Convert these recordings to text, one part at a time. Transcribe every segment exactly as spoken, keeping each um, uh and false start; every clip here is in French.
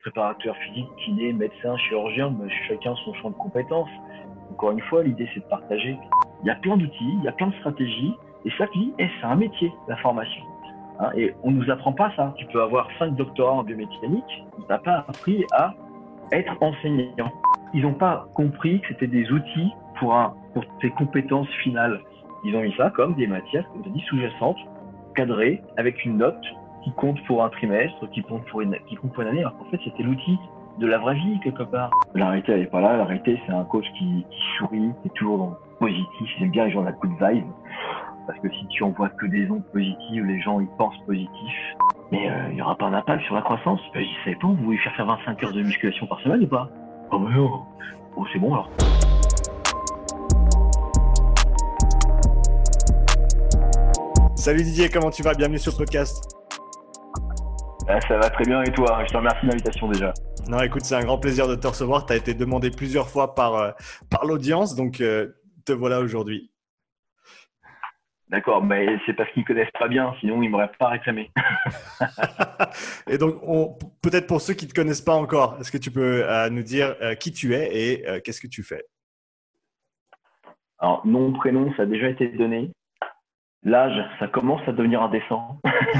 préparateur physique, kiné, médecin, chirurgien, mais chacun son champ de compétences. Encore une fois, l'idée, c'est de partager. Il y a plein d'outils, il y a plein de stratégies, et ça, tu dis, hey, c'est un métier, la formation. Hein, et on nous apprend pas ça. Tu peux avoir cinq doctorats en biomécanique, on t'a pas appris à être enseignant. Ils n'ont pas compris que c'était des outils pour, un, pour tes compétences finales. Ils ont mis ça comme des matières, comme tu dis, sous-jacentes, cadrées, avec une note qui compte pour un trimestre, qui compte pour une, qui compte pour une année. Alors qu'en fait, c'était l'outil de la vraie vie, quelque part. La réalité, elle n'est pas là. La réalité, c'est un coach qui, qui sourit, qui est toujours dans le positif. J'aime bien les gens de la good vibe. Parce que si tu envoies que des ondes positives, les gens, ils pensent positif. Mais il euh, n'y aura pas un impact sur la croissance. Ben, je ne sais pas, vous voulez faire faire vingt-cinq heures de musculation par semaine ou pas? Oh, mais non. Oh, c'est bon alors. Salut Didier, comment tu vas? Bienvenue sur le podcast. Ah, ça va très bien et toi? Je te remercie de l'invitation déjà. Non, écoute, c'est un grand plaisir de te recevoir. Tu as été demandé plusieurs fois par, euh, par l'audience, donc euh, te voilà aujourd'hui. D'accord, mais c'est parce qu'ils ne connaissent pas bien, sinon ils ne m'auraient pas réclamé. Et donc, on, peut-être pour ceux qui ne te connaissent pas encore, est-ce que tu peux euh, nous dire euh, qui tu es et euh, qu'est-ce que tu fais? Alors, nom, prénom, ça a déjà été donné. L'âge, ça commence à devenir indécent.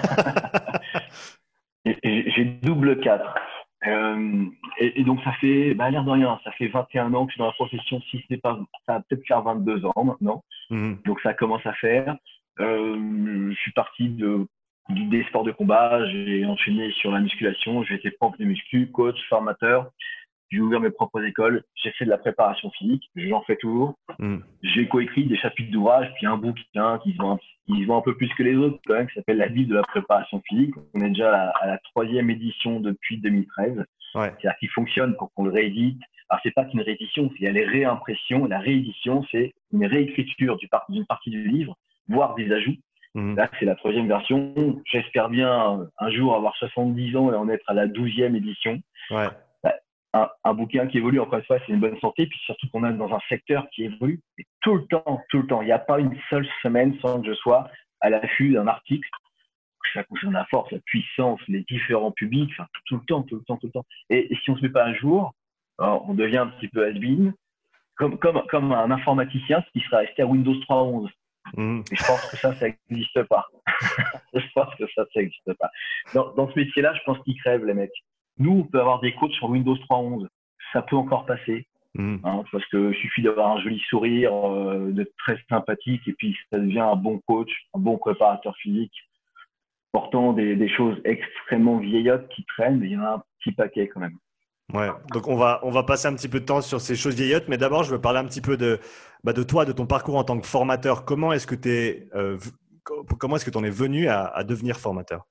J'ai double quatre. Euh, et, et donc, ça fait, bah, l'air de rien, ça fait vingt et un ans que je suis dans la profession. Si ce n'est pas, ça va peut-être faire vingt-deux ans maintenant. Mmh. Donc, ça commence à faire. Euh, je suis parti de, des sports de combat. J'ai enchaîné sur la musculation. J'ai été prof de muscu, coach, formateur. J'ai ouvert mes propres écoles. J'ai fait de la préparation physique. J'en fais toujours. Mmh. J'ai coécrit des chapitres d'ouvrages, puis un bouquin qui se vend, qui se vend un peu plus que les autres, quand même, qui s'appelle La Bible de la préparation physique. On est déjà à la, à la troisième édition depuis deux mille treize. Ouais. C'est-à-dire qu'il fonctionne pour qu'on le réédite. Alors, c'est pas qu'une réédition, il y a les réimpressions. La réédition, c'est une réécriture du par, d'une partie du livre, voire des ajouts. Mmh. Là, c'est la troisième version. J'espère bien un jour avoir soixante-dix ans et en être à la douzième édition. Ouais. Un, un bouquin qui évolue, encore une fois, c'est une bonne santé, puis surtout qu'on est dans un secteur qui évolue et tout le temps, tout le temps. Il n'y a pas une seule semaine sans que je sois à l'affût d'un article. Ça concerne la force, la puissance, les différents publics, enfin, tout, tout le temps, tout le temps, tout le temps. Et, et si on ne se met pas à jour, alors, on devient un petit peu has-been, comme, comme, comme un informaticien qui serait resté à Windows trois point onze. Mmh. Et je pense que ça, ça n'existe pas. Je pense que ça, ça n'existe pas. Dans, dans ce métier-là, je pense qu'ils crèvent, les mecs. Nous, on peut avoir des coachs sur Windows trois point onze. Ça peut encore passer. Mmh. Hein, parce qu'il suffit d'avoir un joli sourire, euh, d'être très sympathique, et puis ça devient un bon coach, un bon préparateur physique, portant des, des choses extrêmement vieillottes qui traînent, mais il y en a un petit paquet quand même. Ouais, donc on va, on va passer un petit peu de temps sur ces choses vieillottes, mais d'abord, je veux parler un petit peu de, bah, de toi, de ton parcours en tant que formateur. Comment est-ce que tu es, euh, comment est-ce que tu en es venu à, à devenir formateur?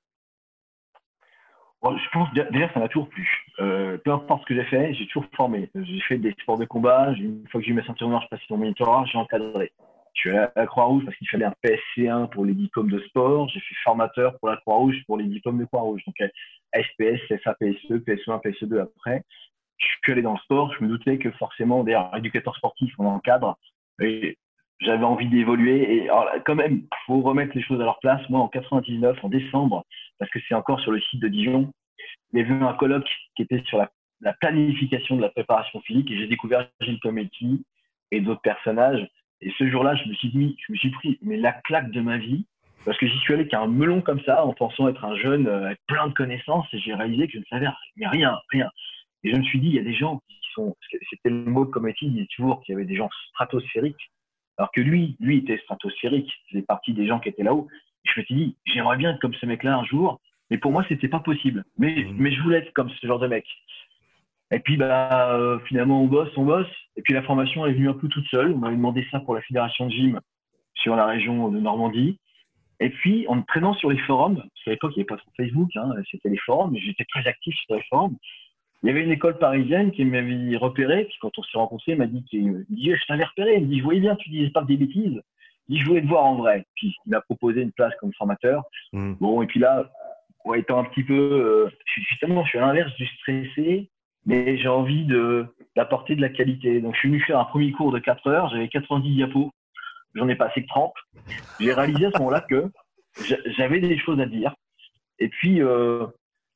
Bon, je pense déjà ça m'a toujours plu. Euh, peu importe ce que j'ai fait, j'ai toujours formé. J'ai fait des sports de combat. Une fois que j'ai eu ma ceinture noire, je passais mon monitorat, j'ai encadré. Je suis allé à la Croix-Rouge parce qu'il fallait un P S C un pour les diplômes de sport. J'ai fait formateur pour la Croix-Rouge pour les diplômes de Croix-Rouge. Donc S P S, F A P S E, P S E un, P S E deux après. Je suis allé dans le sport. Je me doutais que forcément, d'ailleurs, éducateur sportif, on encadre. Et j'avais envie d'évoluer. Et alors, quand même, il faut remettre les choses à leur place. Moi, en quatre-vingt-dix-neuf, en décembre, parce que c'est encore sur le site de Dijon, il y avait un colloque qui était sur la, la planification de la préparation physique et j'ai découvert Gilles Cometti et d'autres personnages. Et ce jour-là, je me suis dit, je me suis pris mais la claque de ma vie parce que j'y suis allé qu'un melon comme ça en pensant être un jeune avec plein de connaissances et j'ai réalisé que je ne savais mais rien, rien. Et je me suis dit, il y a des gens qui sont, c'était le mot de Cometti, il disait toujours qu'il y avait des gens stratosphériques, alors que lui, lui était stratosphérique, il faisait partie des gens qui étaient là-haut. Et je me suis dit, j'aimerais bien être comme ce mec-là un jour. Mais pour moi, c'était pas possible. Mais, mmh. mais je voulais être comme ce genre de mec. Et puis, bah, euh, finalement, on bosse, on bosse. Et puis, la formation, elle est venue un peu toute seule. On m'avait demandé ça pour la fédération de gym sur la région de Normandie. Et puis, en me traînant sur les forums, parce qu'à l'époque, il n'y avait pas trop Facebook, hein, c'était les forums, mais j'étais très actif sur les forums. Il y avait une école parisienne qui m'avait repéré. Puis, quand on s'est rencontrés, il m'a dit, qu'il me dit, je t'avais repéré. Il me dit, je voyais bien, tu disais pas des bêtises. Il dit, je voulais te voir en vrai. Puis, il m'a proposé une place comme formateur. Mmh. Bon, et puis là, ouais, étant un petit peu, euh, justement, je suis à l'inverse du stressé, mais j'ai envie de d'apporter de la qualité. Donc, je suis venu faire un premier cours de quatre heures, j'avais quatre-vingt-dix diapos, j'en ai passé que trente. J'ai réalisé à ce moment-là que j'avais des choses à dire. Et puis, euh,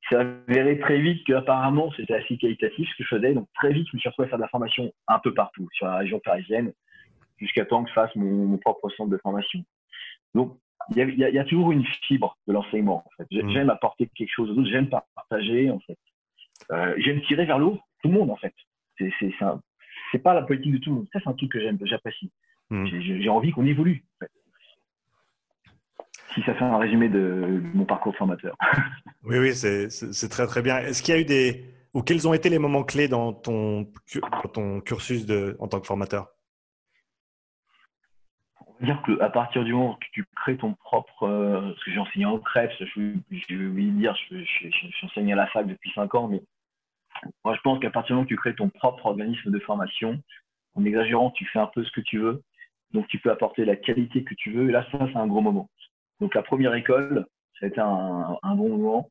s'est avéré très vite qu'apparemment, c'était assez qualitatif ce que je faisais. Donc, très vite, je me suis retrouvé à faire de la formation un peu partout sur la région parisienne, jusqu'à temps que je fasse mon, mon propre centre de formation. Donc, il y a, il y a, il y a toujours une fibre de l'enseignement. En fait. Mmh. J'aime apporter quelque chose aux autres, j'aime partager. En fait. euh, j'aime tirer vers le haut tout le monde, en fait. C'est, c'est, c'est, un, c'est pas la politique de tout le monde. Ça, c'est un truc que j'aime, j'apprécie. Mmh. J'ai, j'ai envie qu'on évolue. En fait. Si ça fait un résumé de, de mon parcours de formateur. Oui, oui, c'est, c'est, c'est très, très bien. Est-ce qu'il y a eu des… ou quels ont été les moments clés dans ton, dans ton cursus de, en tant que formateur? On va dire qu'à partir du moment que tu crées ton propre… Euh, parce que j'ai enseigné en crêpes, je, je vais oublier de dire, je, je, je, j'enseigne à la fac depuis cinq ans, mais moi, je pense qu'à partir du moment que tu crées ton propre organisme de formation, en exagérant, tu fais un peu ce que tu veux. Donc, tu peux apporter la qualité que tu veux. Et là, ça, c'est un gros moment. Donc, la première école, ça a été un, un bon moment.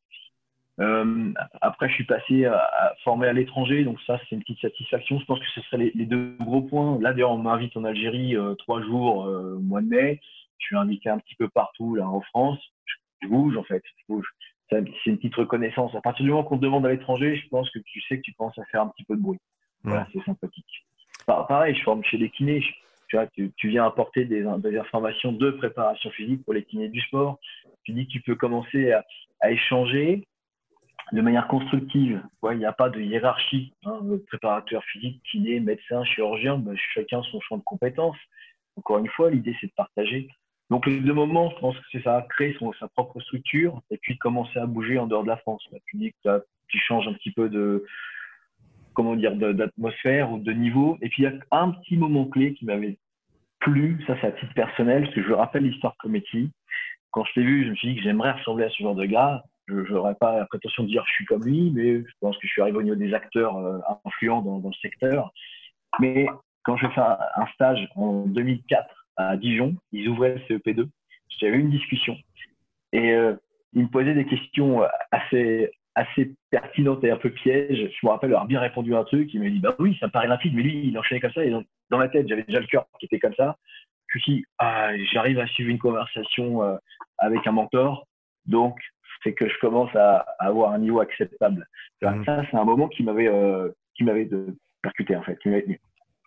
Euh, après, je suis passé à, à former à l'étranger. Donc, ça, c'est une petite satisfaction. Je pense que ce seraient les, les deux gros points. Là, d'ailleurs, on m'invite en Algérie euh, trois jours euh, au mois de mai. Je suis invité un petit peu partout là en France. Je bouge, en fait. Je bouge. C'est une petite reconnaissance. À partir du moment qu'on te demande à l'étranger, je pense que tu sais que tu commences à faire un petit peu de bruit. Voilà, Mmh. c'est sympathique. Pareil, je forme chez les kinés. Tu, vois, tu, tu viens apporter des, des informations de préparation physique pour les kinés du sport. Tu dis que tu peux commencer à, à échanger de manière constructive. Ouais, il n'y a pas de hiérarchie. Hein, préparateur physique, kiné, médecin, chirurgien, ben, chacun son champ de compétences. Encore une fois, l'idée, c'est de partager. Donc, les deux moments, je pense que c'est ça, créer son, sa propre structure et puis commencer à bouger en dehors de la France. Là, tu dis que tu changes un petit peu de, comment dire, d'atmosphère ou de niveau. Et puis, il y a un petit moment clé qui m'avait plu, ça c'est à titre personnel, parce que je rappelle l'histoire Cometti. Quand je t'ai vu, je me suis dit que j'aimerais ressembler à ce genre de gars. Je n'aurais pas la prétention de dire que je suis comme lui, mais je pense que je suis arrivé au niveau des acteurs euh, influents dans, dans le secteur. Mais quand je fais un, un stage en deux mille quatre à Dijon, ils ouvraient le C E P deux. J'avais eu une discussion et euh, ils me posaient des questions assez, assez pertinentes et un peu pièges. Je me rappelle avoir bien répondu à un truc. Il m'a dit bah oui, ça me paraît limpide, mais lui, il enchaînait comme ça. Et dans, dans ma tête, j'avais déjà le cœur qui était comme ça. Je me suis dit, ah, j'arrive à suivre une conversation euh, avec un mentor. Donc, c'est que je commence à, à avoir un niveau acceptable. Mmh. Ça, c'est un moment qui m'avait euh, qui m'avait de, percuté, en fait. Qui m'avait tenu.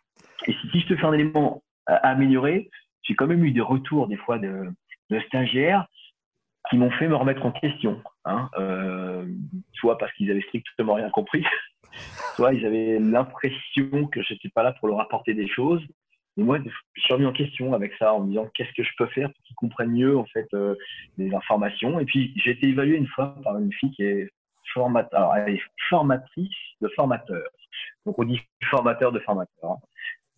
Et si, si je te fais un élément à, à améliorer, j'ai quand même eu des retours, des fois, de, de stagiaires qui m'ont fait me remettre en question. Hein, euh, soit parce qu'ils avaient strictement rien compris, soit ils avaient l'impression que je n'étais pas là pour leur apporter des choses. Et moi, je me suis remis en question avec ça, en me disant qu'est-ce que je peux faire pour qu'ils comprennent mieux en fait euh, les informations. Et puis j'ai été évalué une fois par une fille qui est formateur, alors, elle est formatrice de formateurs. Donc on dit formateur de formateurs. Hein.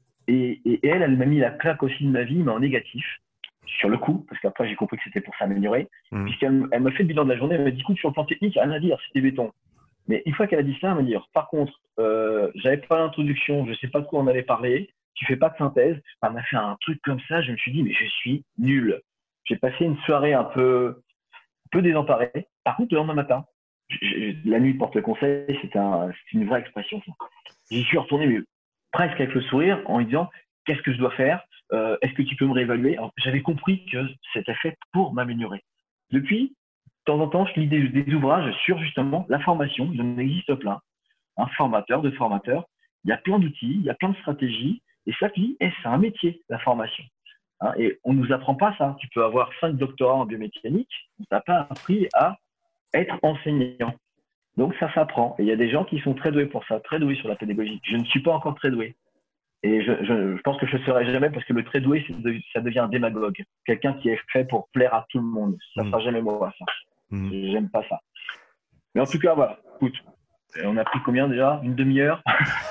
Et, et, et elle, elle m'a mis la claque aussi de ma vie, mais en négatif, sur le coup, parce qu'après j'ai compris que c'était pour s'améliorer. Mmh. Puisqu'elle elle m'a fait le bilan de la journée, elle m'a dit écoute, sur le plan technique, rien à dire, c'était béton. Mais une fois qu'elle a dit ça, elle m'a dit par contre, euh, j'avais pas l'introduction, je sais pas de quoi on allait parler, tu fais pas de synthèse. Elle m'a fait un truc comme ça, je me suis dit mais je suis nul. J'ai passé une soirée un peu, un peu désemparée. Par contre, le lendemain matin, je, je, la nuit porte conseil, c'est un, une vraie expression. J'y suis retourné, mais presque avec le sourire, en lui disant qu'est-ce que je dois faire, euh, est-ce que tu peux me réévaluer. Alors, j'avais compris que c'était fait pour m'améliorer. Depuis, de temps en temps, je lis des, des ouvrages sur justement la formation. Il en existe plein. Un formateur, deux formateurs. Il y a plein d'outils, il y a plein de stratégies. Et ça qui dit, eh, c'est un métier, la formation. Hein, et on ne nous apprend pas ça. Tu peux avoir cinq doctorats en biomécanique, on t'a pas appris à être enseignant. Donc ça s'apprend. Et il y a des gens qui sont très doués pour ça, très doués sur la pédagogie. Je ne suis pas encore très doué. Et je, je, je pense que je ne serai jamais parce que le très doué, de, ça devient un démagogue. Quelqu'un qui est fait pour plaire à tout le monde. Ça ne Mmh. sera jamais moi, ça. Mmh. J'aime pas ça. Mais en tout cas, voilà. Écoute, on a pris combien déjà? Une demi-heure?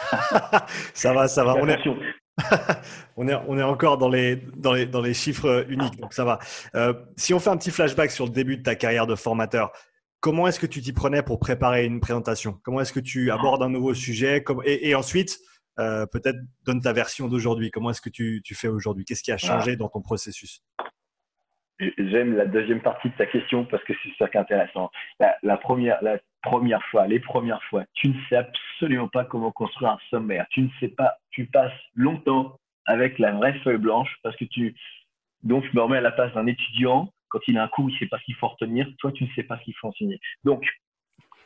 Ça va, ça va. On est, Attention. on est, on est encore dans les, dans les, dans les chiffres uniques, donc ça va. Euh, si on fait un petit flashback sur le début de ta carrière de formateur, comment est-ce que tu t'y prenais pour préparer une présentation? Comment est-ce que tu abordes un nouveau sujet? Comme, et, et ensuite, euh, peut-être donne ta version d'aujourd'hui. Comment est-ce que tu, tu fais aujourd'hui? Qu'est-ce qui a changé dans ton processus? J'aime la deuxième partie de ta question parce que c'est ça qui est intéressant. La, la, première, la première fois, les premières fois, tu ne sais absolument pas comment construire un sommaire. Tu ne sais pas, tu passes longtemps avec la vraie feuille blanche parce que tu… Donc, je me remets à la place d'un étudiant. Quand il a un cours, il ne sait pas ce qu'il faut retenir. Toi, tu ne sais pas ce qu'il faut enseigner. Donc,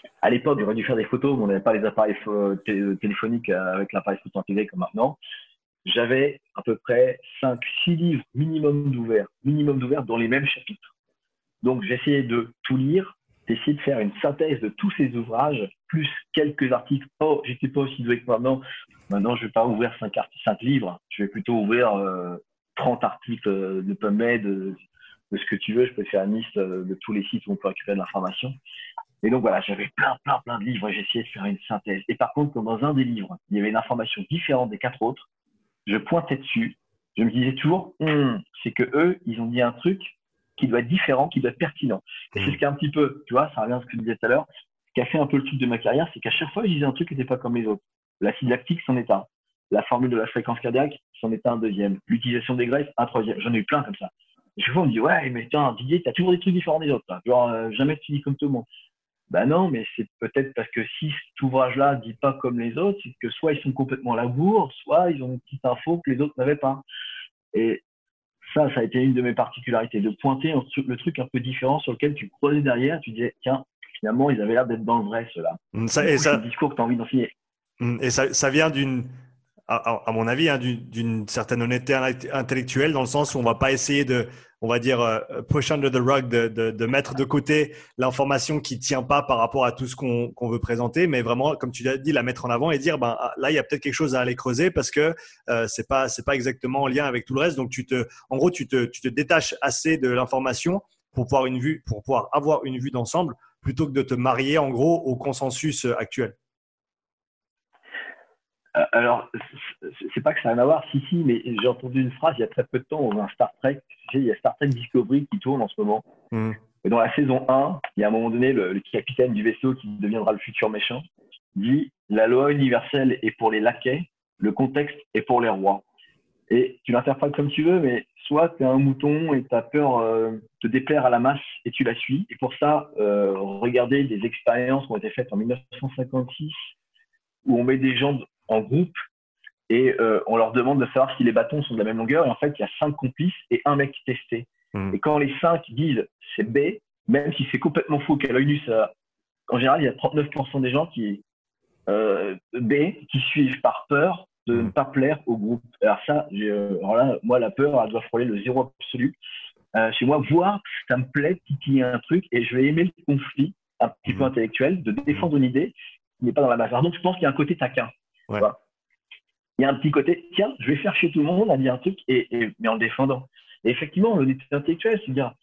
À l'époque, j'aurais dû faire des photos, mais on n'avait pas les appareils té téléphoniques avec l'appareil photo intégré comme maintenant. J'avais à peu près cinq, six livres minimum d'ouverts, minimum d'ouverts dans les mêmes chapitres. Donc, j'essayais de tout lire, d'essayer de faire une synthèse de tous ces ouvrages, plus quelques articles. Oh, j'étais pas aussi doué que maintenant. Maintenant, je vais pas ouvrir cinq, cinq livres. Je vais plutôt ouvrir euh, trente articles de PubMed, de, de ce que tu veux. Je peux faire une liste de tous les sites où on peut récupérer de l'information. Et donc voilà, j'avais plein, plein, plein de livres et j'essayais de faire une synthèse. Et par contre, quand dans un des livres, il y avait une information différente des quatre autres, je pointais dessus. Je me disais toujours, hm, c'est que eux, ils ont dit un truc qui doit être différent, qui doit être pertinent. Et mmh. c'est ce qui est un petit peu, tu vois, ça revient à ce que je disais tout à l'heure, ce qui a fait un peu le truc de ma carrière, c'est qu'à chaque fois, je disais un truc qui n'était pas comme les autres. L'acide lactique, c'en est un. La formule de la fréquence cardiaque, c'en est un deuxième. L'utilisation des graisses, un troisième. J'en ai eu plein comme ça. Et chaque fois, on me dit, ouais, mais tiens, Didier, t'as toujours des trucs différents des autres. Là. Genre, euh, jamais tu dis comme tout le monde. Ben non, mais c'est peut-être parce que si cet ouvrage-là ne dit pas comme les autres, c'est que soit ils sont complètement à la bourre, soit ils ont une petite info que les autres n'avaient pas. Et ça, ça a été une de mes particularités, de pointer le truc un peu différent sur lequel tu creusais derrière, tu disais, tiens, finalement, ils avaient l'air d'être dans le vrai, ceux-là. Ça, du et coup, ça, c'est le discours que tu as envie d'enseigner. Et ça, ça vient d'une, à, à mon avis, hein, d'une, d'une certaine honnêteté intellectuelle, dans le sens où on va pas essayer de, on va dire, uh, push under the rug, de, de, de mettre de côté l'information qui tient pas par rapport à tout ce qu'on, qu'on veut présenter, mais vraiment, comme tu l'as dit, la mettre en avant et dire, ben là, il y a peut-être quelque chose à aller creuser parce que euh, c'est pas, c'est pas exactement en lien avec tout le reste. Donc, tu te, en gros, tu te, tu te détaches assez de l'information pour pouvoir une vue, pour pouvoir avoir une vue d'ensemble, plutôt que de te marier, en gros, au consensus actuel. Alors, c'est pas que ça n'a rien à voir, si, si, mais j'ai entendu une phrase il y a très peu de temps dans un Star Trek. Tu sais, il y a Star Trek Discovery qui tourne en ce moment. Mmh. Et dans la saison un, il y a un moment donné, le, le capitaine du vaisseau qui deviendra le futur méchant dit « La loi universelle est pour les laquais, le contexte est pour les rois. » Et tu l'interprètes comme tu veux, mais soit tu es un mouton et tu as peur euh, de te déplaire à la masse et tu la suis. Et pour ça, euh, regardez des expériences qui ont été faites en mille neuf cent cinquante-six où on met des gens en groupe et euh, on leur demande de savoir si les bâtons sont de la même longueur. Et en fait, il y a cinq complices et un mec testé. Mmh. Et quand les cinq disent c'est B, même si c'est complètement faux qu'à l'œil nu, ça, en général, il y a trente-neuf pour cent des gens qui euh, B qui suivent par peur de mmh. ne pas plaire au groupe. Alors ça, j'ai, euh, alors là, moi, la peur, elle doit frôler le zéro absolu. Euh, chez moi, voir, ça me plaît, qu'il y ait un truc, et je vais aimer le conflit un petit mmh. peu intellectuel, de défendre une idée qui n'est pas dans la masse. Donc, je pense qu'il y a un côté taquin. Ouais. Il y a un petit côté, tiens, je vais faire chez tout le monde à dire un truc, et, et, mais en le défendant. Et effectivement, l'honnêteté intellectuelle, c'est dire,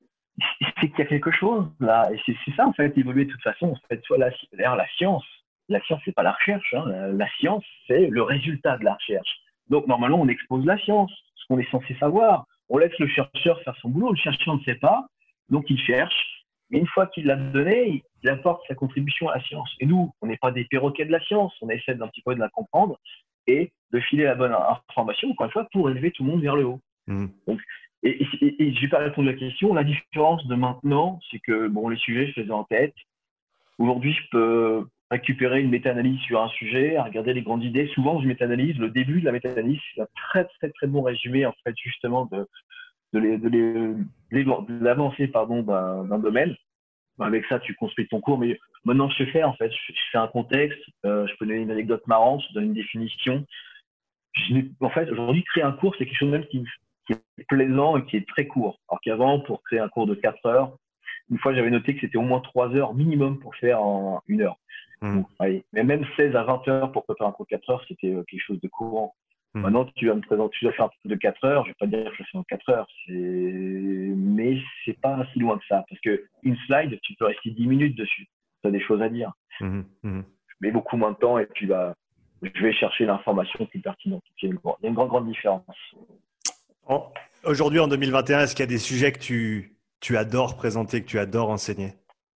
c'est qu'il y a quelque chose là, et c'est, c'est ça en fait, évoluer de toute façon. En fait, soit la, d'ailleurs, la science, la science, c'est pas la recherche, hein, la, la science, c'est le résultat de la recherche. Donc, normalement, on expose la science, ce qu'on est censé savoir. On laisse le chercheur faire son boulot, le chercheur ne sait pas, donc il cherche. Et une fois qu'il l'a donné, il apporte sa contribution à la science. Et nous, on n'est pas des perroquets de la science, on essaie d'un petit peu de la comprendre et de filer la bonne information, encore une fois, pour élever tout le monde vers le haut. Mmh. Donc, et, et, et je vais pas répondre à la question. La différence de maintenant, c'est que bon, les sujets, je les ai en tête. Aujourd'hui, je peux récupérer une méta-analyse sur un sujet, regarder les grandes idées. Souvent, je méta-analyse. Le début de la méta-analyse, c'est un très, très, très bon résumé, en fait, justement, de, de, les, de, les, de l'avancée pardon, d'un, d'un domaine. Avec ça, tu construis ton cours. Mais maintenant, je sais faire, en fait. Je, je fais un contexte, euh, je peux donner une anecdote marrante, je donne une définition. Je, en fait, aujourd'hui, créer un cours, c'est quelque chose même qui, qui est plaisant et qui est très court. Alors qu'avant, pour créer un cours de quatre heures, une fois, j'avais noté que c'était au moins trois heures minimum pour faire en une heure. Mmh. Donc, allez, mais même seize à vingt heures pour préparer un cours de quatre heures, c'était quelque chose de courant. Mmh. Maintenant, tu vas me présenter, tu dois faire un cours de quatre heures, je vais pas dire que je fais en quatre heures, c'est... mais c'est pas si loin que ça. Parce qu'une slide, tu peux rester dix minutes dessus. Tu as des choses à dire. Mmh. Mmh. Je mets beaucoup moins de temps et puis bah, je vais chercher l'information plus pertinente. Il y a une, il y a une grande, grande différence. En, aujourd'hui, en deux mille vingt et un, est-ce qu'il y a des sujets que tu, tu adores présenter, que tu adores enseigner?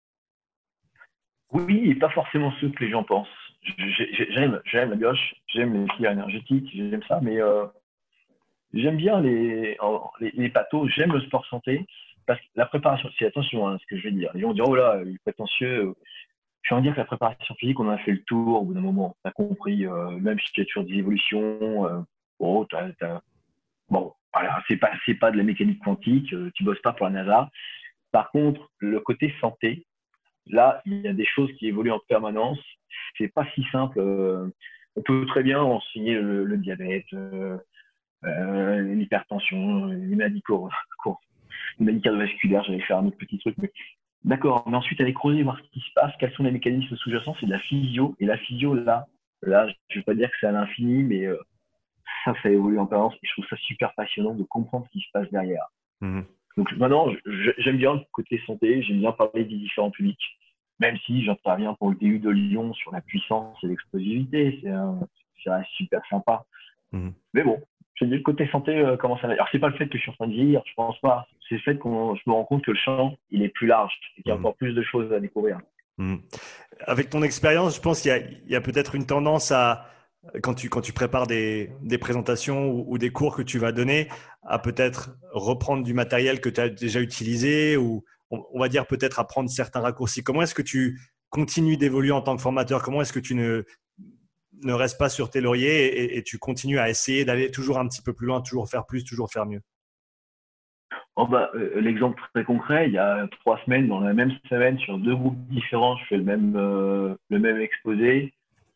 Oui, et pas forcément ceux que les gens pensent. J'aime, j'aime la gauche, j'aime les filières énergétiques, j'aime ça, mais euh, j'aime bien les, les, les pathos, j'aime le sport santé, parce que la préparation, c'est attention à ce que je vais dire. Les gens diront, oh là, il est prétentieux. Je vais dire que la préparation physique, on en a fait le tour au bout d'un moment. On a compris, euh, même si tu as toujours des évolutions, euh, oh, t'as, t'as... bon, voilà, c'est pas, c'est pas de la mécanique quantique, euh, tu bosses pas pour la NASA. Par contre, le côté santé, là, il y a des choses qui évoluent en permanence. C'est pas si simple. Euh, on peut très bien enseigner le, le diabète, euh, euh, l'hypertension, les maladies, cour- cour- les maladies cardiovasculaires. J'allais faire un autre petit truc, mais d'accord. Mais ensuite, aller creuser, voir ce qui se passe, quels sont les mécanismes sous-jacents, c'est de la physio. Et la physio, là, là, je ne vais pas dire que c'est à l'infini, mais euh, ça, ça évolue en permanence. Et je trouve ça super passionnant de comprendre ce qui se passe derrière. Mhm. Donc maintenant, j'aime bien le côté santé, j'aime bien parler des différents publics, même si j'interviens pour le D U de Lyon sur la puissance et l'explosivité. C'est un, c'est un super sympa. Mhm. Mais bon, je dis le côté santé, euh, comment ça va. Alors, c'est pas le fait que je suis en train de vieillir, je pense pas. C'est le fait qu'on je me rends compte que le champ, il est plus large et qu'il y a Mhm. encore plus de choses à découvrir. Mhm. Avec ton expérience, je pense qu'il y a, il y a peut-être une tendance à, quand tu, quand tu prépares des, des présentations ou, ou des cours que tu vas donner, à peut-être reprendre du matériel que tu as déjà utilisé ou on, on va dire peut-être à prendre certains raccourcis. Comment est-ce que tu continues d'évoluer en tant que formateur? Comment est-ce que tu ne, ne restes pas sur tes lauriers et, et tu continues à essayer d'aller toujours un petit peu plus loin, toujours faire plus, toujours faire mieux? Oh bah, euh, l'exemple très concret, il y a trois semaines, dans la même semaine, sur deux groupes différents, je fais le même, euh, le même exposé.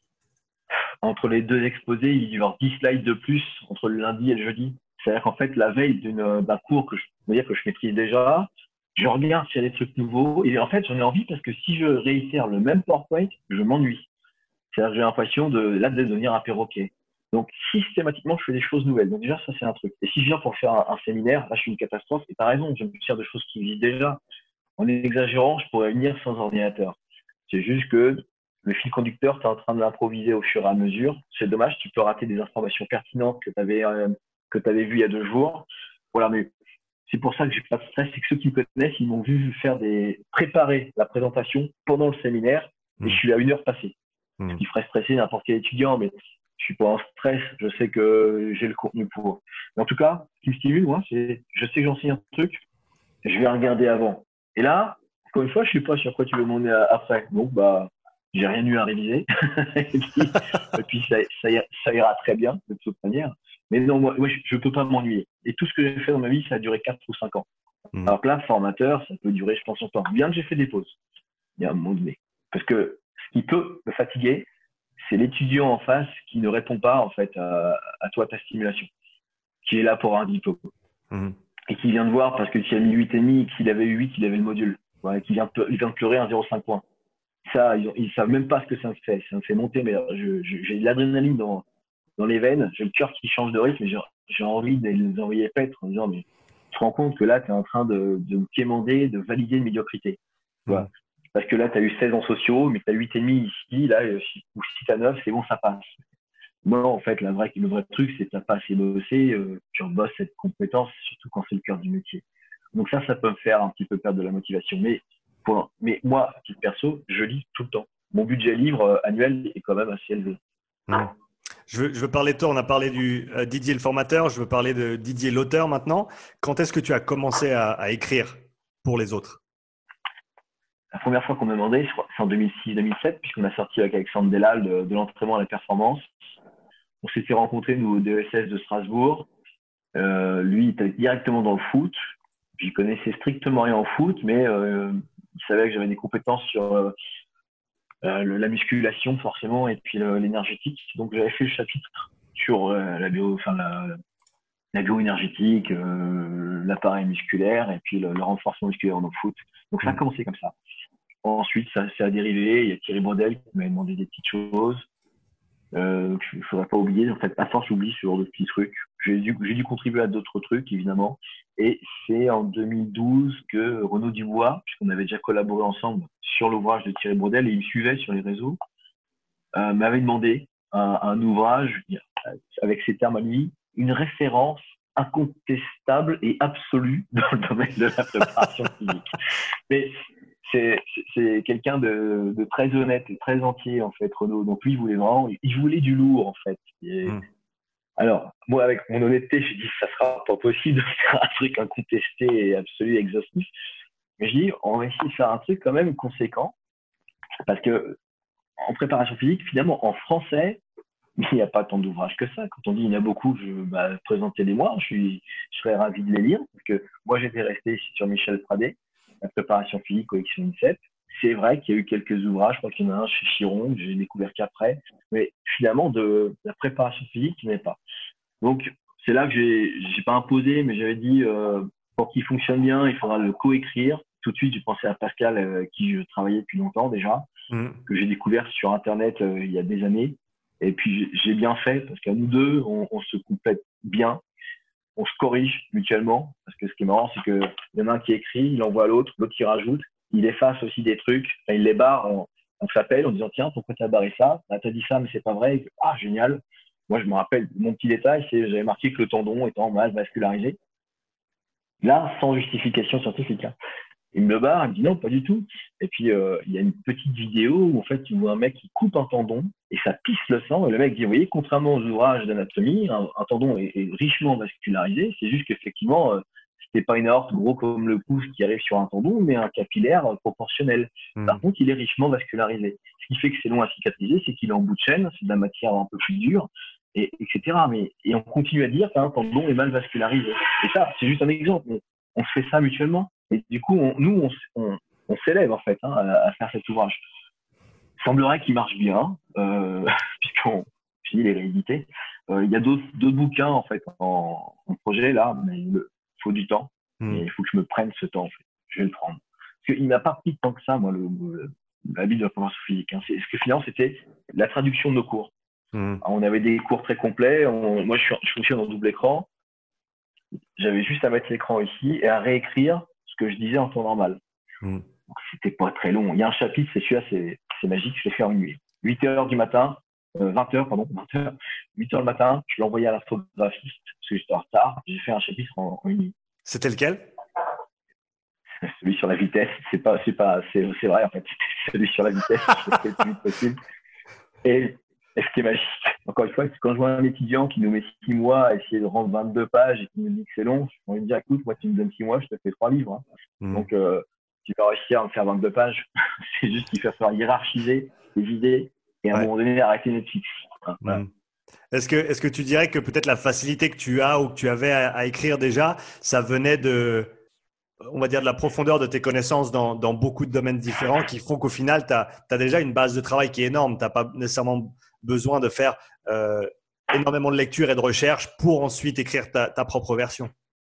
Entre les deux exposés, il y a avoir dix slides de plus entre le lundi et le jeudi. C'est-à-dire qu'en fait, la veille d'une- d'un cours que je, on va dire que je maîtrise déjà, je regarde s'il y a des trucs nouveaux. Et en fait, j'en ai envie parce que si je réitère le même PowerPoint, je m'ennuie. C'est-à-dire que j'ai l'impression de, là, de devenir un perroquet. Donc, systématiquement, je fais des choses nouvelles. Donc, déjà, ça, c'est un truc. Et si je viens pour faire un, un séminaire, là, je suis une catastrophe. Et t'as raison, je me sers de choses qui existent déjà. En exagérant, je pourrais venir sans ordinateur. C'est juste que le fil conducteur, tu es en train de l'improviser au fur et à mesure. C'est dommage, tu peux rater des informations pertinentes que tu avais, euh, que tu avais vues il y a deux jours. Voilà, mais c'est pour ça que j'ai pas de stress. C'est que ceux qui me connaissent, ils m'ont vu faire des, préparer la présentation pendant le séminaire et je Mmh. suis à une heure passée. Ce Mmh. qui ferait stresser n'importe quel étudiant, mais je suis pas en stress. Je sais que j'ai le contenu pour. Mais en tout cas, ce qui me stimule, moi, c'est, je sais que j'enseigne un truc, je vais regarder avant. Et là, encore une fois, je sais pas sur quoi tu veux demander après. Donc, bah, j'ai rien eu à réviser. et puis, et puis ça, ça, ira, ça, ira très bien, de toute manière. Mais non, moi, moi je ne peux pas m'ennuyer. Et tout ce que j'ai fait dans ma vie, ça a duré quatre ou cinq ans. Mmh. Alors que là, formateur, ça peut durer, je pense, longtemps. Bien que j'ai fait des pauses. Il y a un moment donné. Parce que ce qui peut me fatiguer, c'est l'étudiant en face qui ne répond pas, en fait, à, à toi, ta stimulation. Qui est là pour un diplôme. Mmh. Et qui vient de voir parce que tu as mis huit virgule cinq et qu'il avait eu huit, il avait le module. Ouais, qui vient, il vient de pleurer un zéro virgule cinq points. Ça, ils, ils savent même pas ce que ça me fait. Ça me fait monter, mais je, je, j'ai de l'adrénaline dans, dans les veines. J'ai le cœur qui change de rythme et j'ai, j'ai envie de les envoyer paître en disant, mais tu te rends compte que là, tu es en train de, de me quémander, de valider une médiocrité. Mmh. Voilà. Parce que là, tu as eu seize en sociaux, mais tu as huit virgule cinq ici, là, ou si tu as neuf, c'est bon, ça passe. Non, en fait, la vraie, le vrai truc, c'est que tu n'as pas assez bossé, euh, tu rebosses cette compétence, surtout quand c'est le cœur du métier. Donc ça, ça peut me faire un petit peu perdre de la motivation. Mais, pour, mais moi, à titre perso, je lis tout le temps. Mon budget livre euh, annuel est quand même assez élevé. Mmh. Je veux, je veux parler de toi, on a parlé du euh, Didier le formateur, je veux parler de Didier l'auteur maintenant. Quand est-ce que tu as commencé à, à écrire pour les autres? La première fois qu'on m'a demandé, je crois, c'est en deux mille six deux mille sept, puisqu'on a sorti avec Alexandre Delal de, de l'entraînement à la performance. On s'était rencontrés, nous, au D E S S de Strasbourg. Euh, lui, il était directement dans le foot. J'y connaissais strictement rien en foot, mais euh, il savait que j'avais des compétences sur euh, euh, le, la musculation forcément et puis le, l'énergétique. Donc j'avais fait le chapitre sur euh, la bio, enfin la, la bioénergétique, euh, l'appareil musculaire et puis le, le renforcement musculaire dans le foot. Donc ça a Mmh. commencé comme ça. Ensuite, ça, ça a dérivé. Il y a Thierry Brodel qui m'a demandé des petites choses. Euh, il ne faudra pas oublier. En fait, à force, j'oublie ce genre de petits trucs. J'ai dû, j'ai dû contribuer à d'autres trucs, évidemment. Et c'est en deux mille douze que Renaud Dubois, puisqu'on avait déjà collaboré ensemble sur l'ouvrage de Thierry Brodel, et il me suivait sur les réseaux, euh, m'avait demandé un, un ouvrage, avec ses termes à lui, une référence incontestable et absolue dans le domaine de la préparation physique. Mais c'est, c'est, c'est quelqu'un de, de très honnête et très entier, en fait, Renaud. Donc lui, il voulait vraiment, il voulait du lourd, en fait. Et, Mmh. alors, moi, avec mon honnêteté, j'ai dit, ça sera pas possible de faire un truc incontesté et absolu, exhaustif. Mais je dis, on va essayer de faire un truc quand même conséquent. Parce que, en préparation physique, finalement, en français, il n'y a pas tant d'ouvrages que ça. Quand on dit il y en a beaucoup, je bah, présentez-les-moi. Je, suis, je serais ravi de les lire. Parce que moi, j'étais resté sur Michel Pradé, la préparation physique, collection INSEP. c'est vrai qu'il y a eu quelques ouvrages, je crois qu'il y en a un chez Chiron, que j'ai découvert qu'après, mais finalement, de la préparation physique, il n'y en avait pas. Donc, c'est là que j'ai, j'ai pas imposé, mais j'avais dit, euh, pour qu'il fonctionne bien, il faudra le coécrire. Tout de suite, j'ai pensé à Pascal, euh, qui je travaillais depuis longtemps déjà, Mmh. que j'ai découvert sur Internet euh, il y a des années. Et puis, j'ai bien fait, parce qu'à nous deux, on, on se complète bien, on se corrige mutuellement, parce que ce qui est marrant, c'est qu'il y en a un qui écrit, il envoie à l'autre, l'autre qui rajoute, il efface aussi des trucs, enfin, il les barre, on, on s'appelle en disant, tiens, pourquoi t'as barré ça? Ah, t'as dit ça, mais c'est pas vrai. Ah, génial. Moi, je me rappelle, mon petit détail, c'est j'avais marqué que le tendon étant mal vascularisé. Là, sans justification scientifique. Hein. Il me le barre, il me dit non, pas du tout. Et puis, euh, il y a une petite vidéo où, en fait, tu vois un mec qui coupe un tendon et ça pisse le sang. Et le mec dit, vous voyez, contrairement aux ouvrages d'anatomie, un, un tendon est, est richement vascularisé. C'est juste qu'effectivement, euh, c'était pas une aorte gros comme le pouce qui arrive sur un tendon, mais un capillaire euh, proportionnel. Par Mmh. contre, il est richement vascularisé. Ce qui fait que c'est long à cicatriser, c'est qu'il est en bout de chaîne, c'est de la matière un peu plus dure, et, etc. Mais, et on continue à dire qu'un tendon est mal vascularisé. Et ça, c'est juste un exemple. On, on se fait ça mutuellement. Et du coup, on, nous, on, on, on s'élève en fait hein, à, à faire cet ouvrage. Il semblerait qu'il marche bien, euh, puisqu'on finit les réédités. Euh, il y a d'autres bouquins en fait en, en projet là, mais il faut du temps. Et Mmh. il faut que je me prenne ce temps. En fait. Je vais le prendre. Parce qu'il m'a pas pris tant que ça, moi, le, le, la Bible de la préparation physique. Hein. C'est, ce que finalement, c'était la traduction de nos cours. Mmh. Alors, on avait des cours très complets. On, moi, je, suis, je fonctionne en double écran. J'avais juste à mettre l'écran ici et à réécrire ce que je disais en temps normal. Mmh. Donc, c'était pas très long. Il y a un chapitre, c'est celui-là, c'est, c'est magique, je l'ai fait en une nuit. huit heures du matin, euh, vingt heures, pardon, vingt heures, huit heures le matin, je l'ai envoyé à l'infographiste parce que j'étais en retard. J'ai fait un chapitre en, en une nuit. C'était lequel? Celui sur la vitesse, c'est pas, c'est pas, c'est, c'est vrai en fait. C'était celui sur la vitesse, je l'ai fait le plus vite possible. Et, et ce qui est magique, encore une fois, c'est quand je vois un étudiant qui nous met six mois à essayer de rendre vingt-deux pages et qui nous dit que c'est long, je vais me dire, écoute, moi tu me donnes six mois, je te fais trois livres. Hein. Mmh. Donc, euh, tu vas réussir à me faire vingt-deux pages. C'est juste qu'il va falloir hiérarchiser les idées et à un Ouais. moment donné arrêter Netflix. Hein, voilà. Mmh. Est-ce que, est-ce que tu dirais que peut-être la facilité que tu as ou que tu avais à, à écrire déjà, ça venait de, on va dire, de la profondeur de tes connaissances dans, dans beaucoup de domaines différents qui font qu'au final, tu as déjà une base de travail qui est énorme. Tu n'as pas nécessairement besoin de faire euh, énormément de lecture et de recherche pour ensuite écrire ta, ta propre version.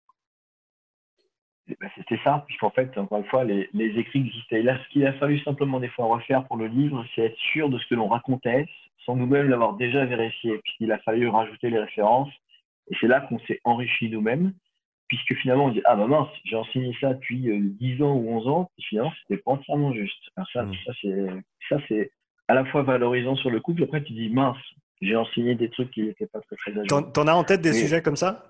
Et ben, c'était ça, puisqu'en fait, encore une fois, les, les écrits existaient. Et là, ce qu'il a fallu simplement des fois refaire pour le livre, c'est être sûr de ce que l'on racontait, sans nous-mêmes l'avoir déjà vérifié, puisqu'il a fallu rajouter les références. Et c'est là qu'on s'est enrichi nous-mêmes, puisque finalement, on dit, ah bah mince, j'ai enseigné ça depuis euh, dix ans ou onze ans, et finalement, c'était pas entièrement juste. Alors ça, Mmh. ça, c'est, ça, c'est à la fois valorisant sur le coup, puis après, tu dis, mince, j'ai enseigné des trucs qui n'étaient pas très, très à T'en, jour. t'en as en tête des Mais sujets comme ça?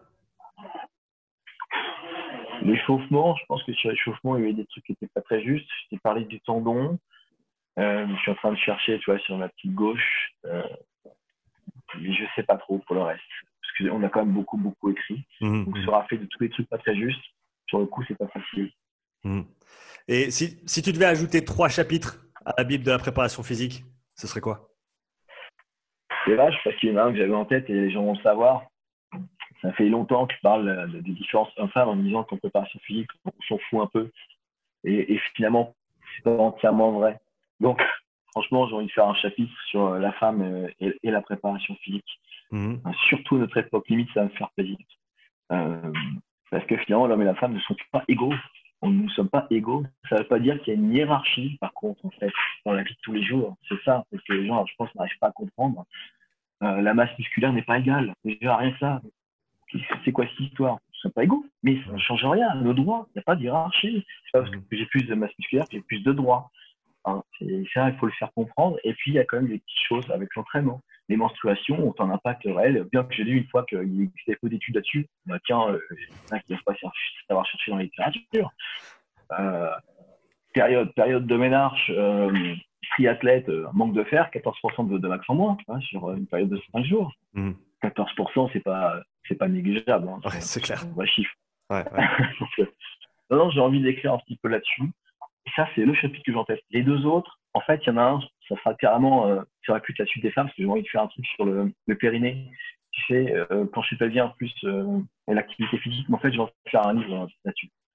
l'échauffement, je pense que sur l'échauffement, il y avait des trucs qui n'étaient pas très justes. Je t'ai parlé du tendon. Euh, je suis en train de chercher, tu vois, sur ma petite gauche. Euh, mais je sais pas trop pour le reste. Parce qu'on a quand même beaucoup, beaucoup écrit. Mmh. Donc, Mmh. ça aura fait de tous les trucs pas très justes. Sur le coup, c'est pas facile. Mmh. Et si, si tu devais ajouter trois chapitres à la Bible de la préparation physique, ce serait quoi? C'est vache parce qu'il y en a un que j'avais en tête et les gens vont le savoir. Ça fait longtemps que je parle des différences hommes-femmes en me disant qu'en préparation physique, on s'en fout un peu. Et, et finalement, c'est pas entièrement vrai. Donc, franchement, j'ai envie de faire un chapitre sur la femme et, et la préparation physique. Mmh. Surtout à notre époque, limite, ça va me faire plaisir. Euh, parce que finalement, l'homme et la femme ne sont pas égaux. On, nous ne sommes pas égaux. Ça ne veut pas dire qu'il y a une hiérarchie, par contre, en fait, dans la vie de tous les jours. C'est ça, parce que les gens, je pense, n'arrivent pas à comprendre. Euh, la masse musculaire n'est pas égale. Déjà, rien que ça. C'est quoi cette histoire? Nous ne sommes pas égaux. Mais ça ne change rien. Nos droits, il n'y a pas de hiérarchie. C'est pas parce que j'ai plus de masse musculaire que j'ai plus de droits. Hein, c'est ça, il faut le faire comprendre. Et puis, il y a quand même des petites choses avec l'entraînement. Les menstruations ont un impact réel, bien que j'ai lu une fois qu'il existait peu d'études là-dessus. Bah, tiens, euh, il ne faut pas savoir chercher dans la littérature. Euh, période, période de ménarche, euh, triathlète, euh, manque de fer, quatorze pour cent de, de max en moins hein, sur une période de cinq jours. Mmh. quatorze pour cent, c'est pas, c'est pas négligeable. Hein, Ouais, c'est clair. un vrai chiffre. Ouais, ouais. Donc, non, non, j'ai envie d'écrire un petit peu là-dessus. Et ça, c'est le chapitre que j'en teste. Les deux autres, en fait, il y en a un, ça sera carrément euh, sur la cuite la suite des femmes, parce que j'ai envie de faire un truc sur le, le périnée. Tu sais, euh, quand je suis pas bien, plus euh, l'activité physique, mais en fait, je vais en faire un livre là-dessus.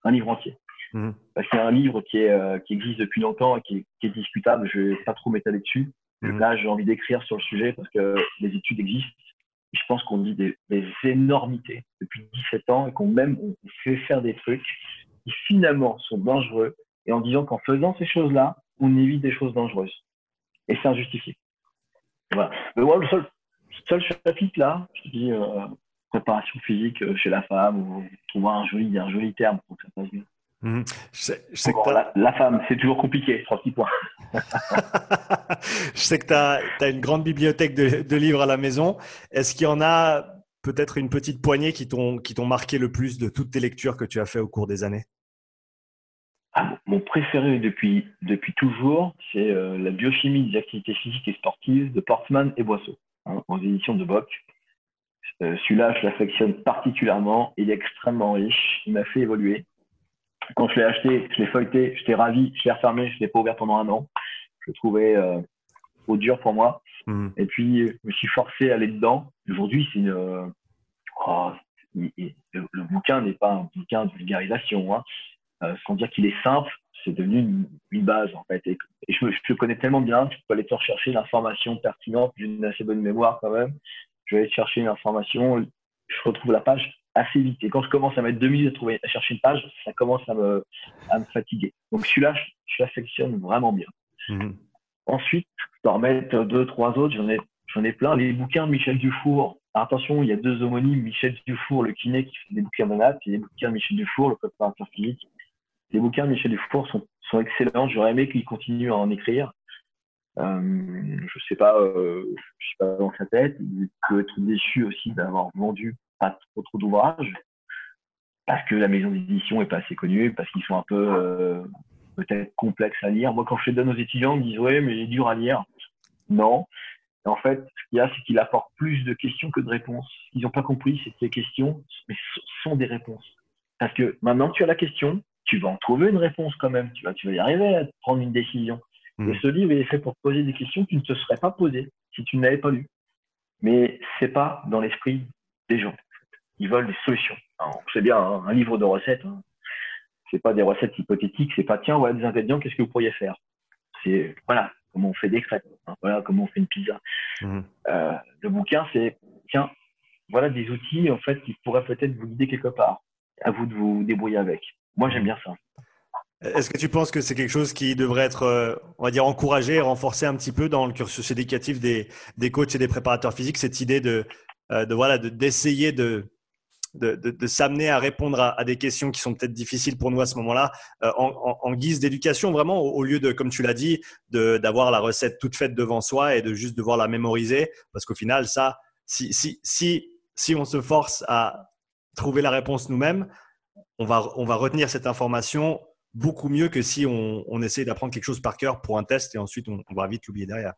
un livre entier. Mmh. Parce qu'il y a un livre qui, est, euh, qui existe depuis longtemps et qui est, qui est discutable. Je vais pas trop m'étaler dessus. Mmh. Là, j'ai envie d'écrire sur le sujet parce que les études existent. Et je pense qu'on dit des, des énormités depuis dix-sept ans et qu'on même on fait faire des trucs qui finalement sont dangereux et en disant qu'en faisant ces choses-là, on évite des choses dangereuses. Et c'est injustifié. Voilà. Mais moi, le seul, seul chapitre là, je te dis euh, préparation physique chez la femme ou trouver un joli, un joli terme pour que ça passe bien. Mmh. Je sais, je sais bon, que la, la femme, c'est toujours compliqué, trois petits points. Je sais que tu as une grande bibliothèque de, de livres à la maison. Est-ce qu'il y en a peut-être une petite poignée qui t'ont qui t'ont marqué le plus de toutes tes lectures que tu as fait au cours des années? Ah, mon préféré depuis, depuis toujours, c'est euh, la biochimie des activités physiques et sportives de Portman et Boisseau, hein, aux éditions de Bock. Euh, Celui-là, je l'affectionne particulièrement. Il est extrêmement riche. Il m'a fait évoluer. Quand je l'ai acheté, je l'ai feuilleté, j'étais ravi. Je l'ai refermé, je ne l'ai pas ouvert pendant un an. Je le trouvais euh, trop dur pour moi. Mmh. Et puis, je me suis forcé à aller dedans. Aujourd'hui, c'est une. Euh, oh, il, il, le, le bouquin n'est pas un bouquin de vulgarisation, hein. Euh, sans dire qu'il est simple, c'est devenu une, une base en fait. Et, et je, je le connais tellement bien que je peux aller te rechercher l'information pertinente. J'ai une assez bonne mémoire quand même. Je vais aller chercher une information, je retrouve la page assez vite. Et quand je commence à mettre deux minutes à, trouver, à chercher une page, ça commence à me, à me fatiguer. Donc celui-là, je, je l'affectionne vraiment bien. Mmh. Ensuite, je peux en remettre deux, trois autres. J'en ai, j'en ai plein. Les bouquins de Michel Dufour. Alors, attention, il y a deux homonymes. Michel Dufour, le kiné, qui fait des bouquins de maths, et les bouquins de Michel Dufour, le préparateur physique. Les bouquins de Michel Dufour sont, sont excellents. J'aurais aimé qu'il continue à en écrire. Euh, je sais pas, euh, je sais pas dans sa tête. Il peut être déçu aussi d'avoir vendu pas trop, trop d'ouvrages parce que la maison d'édition est pas assez connue, parce qu'ils sont un peu euh, peut-être complexes à lire. Moi, quand je les donne aux étudiants, ils me disent ouais, mais il est dur à lire. Non. Et en fait, ce qu'il y a, c'est qu'il apporte plus de questions que de réponses. Ce qu'ils n'ont pas compris, c'est que les questions mais sont des réponses. Parce que maintenant que tu as la question, tu vas en trouver une réponse quand même. Tu vas, tu vas y arriver à prendre une décision. Mmh. Et ce livre est fait pour te poser des questions que tu ne te serais pas posées si tu ne l'avais pas lu. Mais c'est pas dans l'esprit des gens. Ils veulent des solutions. Alors, c'est bien, hein, un livre de recettes. Hein. C'est pas des recettes hypothétiques. C'est pas tiens, voilà des ingrédients, qu'est-ce que vous pourriez faire. C'est voilà comment on fait des crêpes. Hein, voilà comment on fait une pizza. Mmh. Euh, le bouquin, c'est tiens, voilà des outils en fait qui pourraient peut-être vous guider quelque part. À vous de vous débrouiller avec. Moi, j'aime bien ça. Est-ce que tu penses que c'est quelque chose qui devrait être, euh, on va dire, encouragé et renforcé un petit peu dans le cursus éducatif des, des coachs et des préparateurs physiques, cette idée de, euh, de voilà, de, d'essayer de, de, de, de s'amener à répondre à, à des questions qui sont peut-être difficiles pour nous à ce moment-là, euh, en, en, en guise d'éducation, vraiment, au, au lieu de, comme tu l'as dit, de, d'avoir la recette toute faite devant soi et de juste devoir la mémoriser, parce qu'au final, ça, si, si, si, si on se force à trouver la réponse nous-mêmes, on va, on va retenir cette information beaucoup mieux que si on, on essaie d'apprendre quelque chose par cœur pour un test et ensuite on, on va vite l'oublier derrière.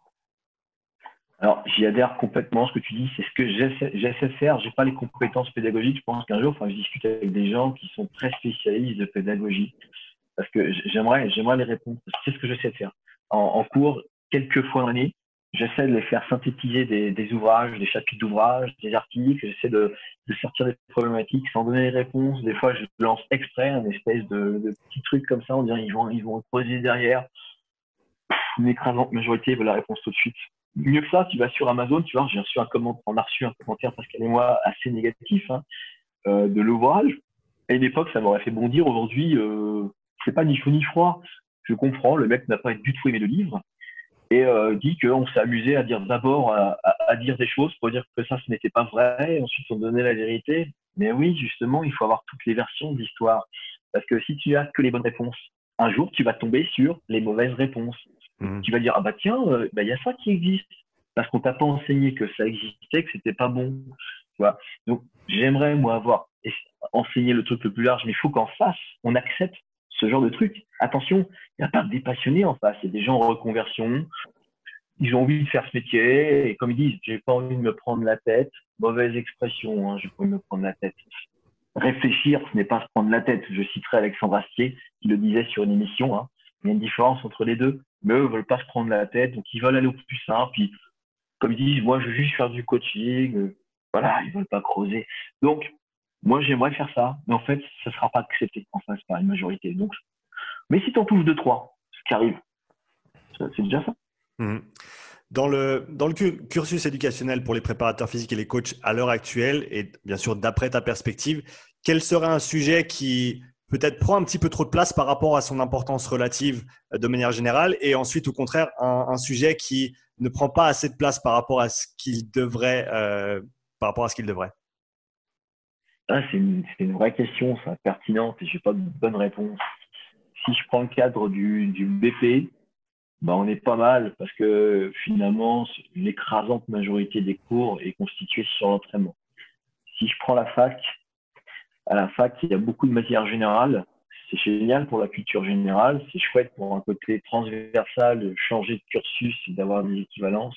Alors, j'y adhère complètement. Ce que tu dis, c'est ce que j'essaie, j'essaie de faire. Je n'ai pas les compétences pédagogiques. Je pense qu'un jour, enfin, je discute avec des gens qui sont très spécialistes de pédagogie parce que j'aimerais, j'aimerais les répondre. C'est ce que j'essaie de faire. En, en cours, quelques fois dans l'année, j'essaie de les faire synthétiser des, des ouvrages, des chapitres d'ouvrages, des articles. J'essaie de, de sortir des problématiques sans donner les réponses. Des fois, je lance exprès un espèce de, de petit truc comme ça en disant ils vont, ils vont creuser derrière. Une écrasante majorité veut la réponse tout de suite. Mieux que ça, tu vas sur Amazon, tu vois, j'ai reçu un commentaire, on a reçu un commentaire Pascal et moi assez négatif hein, euh, de l'ouvrage. À une époque, ça m'aurait fait bondir. Aujourd'hui, euh, c'est pas ni chaud ni froid. Je comprends, le mec n'a pas du tout aimé le livre. Et euh, dit qu'on s'est amusé à dire d'abord à, à, à dire des choses pour dire que ça ce n'était pas vrai, et ensuite on donnait la vérité. Mais oui, justement, il faut avoir toutes les versions de l'histoire. Parce que si tu as que les bonnes réponses, un jour tu vas tomber sur les mauvaises réponses. Mmh. Tu vas dire ah bah tiens, euh, bah, y a ça qui existe. Parce qu'on t'a pas enseigné que ça existait, que c'était pas bon. Tu vois. Donc j'aimerais moi avoir enseigné le truc le plus large, mais il faut qu'en face, on accepte ce genre de truc. Attention, il n'y a pas que des passionnés en face. Il y a des gens en reconversion. Ils ont envie de faire ce métier. Et comme ils disent, j'ai pas envie de me prendre la tête. Mauvaise expression, hein, j'ai pas envie de me prendre la tête. Réfléchir, ce n'est pas se prendre la tête. Je citerai Alexandre Astier qui le disait sur une émission. Hein. Il y a une différence entre les deux. Mais eux ne veulent pas se prendre la tête. Donc, ils veulent aller au plus simple. Puis, comme ils disent, moi, je veux juste faire du coaching. Voilà, ils ne veulent pas creuser. Donc, Moi, j'aimerais faire ça, mais en fait, ça ne sera pas accepté en face par une majorité. Donc, mais si tu en touches deux, trois, ce qui arrive, c'est déjà ça. Mhm. Dans le, dans le cu- cursus éducationnel pour les préparateurs physiques et les coachs à l'heure actuelle, et bien sûr d'après ta perspective, quel serait un sujet qui peut-être prend un petit peu trop de place par rapport à son importance relative euh, de manière générale, et ensuite au contraire un, un sujet qui ne prend pas assez de place par rapport à ce qu'il devrait, euh, par rapport à ce qu'il devrait. Ah, c'est une, c'est une vraie question, ça, pertinente, et j'ai pas de bonne réponse. Si je prends le cadre du, du B P, bah, on est pas mal parce que finalement, l'écrasante majorité des cours est constituée sur l'entraînement. Si je prends la fac, à la fac, il y a beaucoup de matières générales. C'est génial pour la culture générale. C'est chouette pour un côté transversal, changer de cursus et d'avoir des équivalences.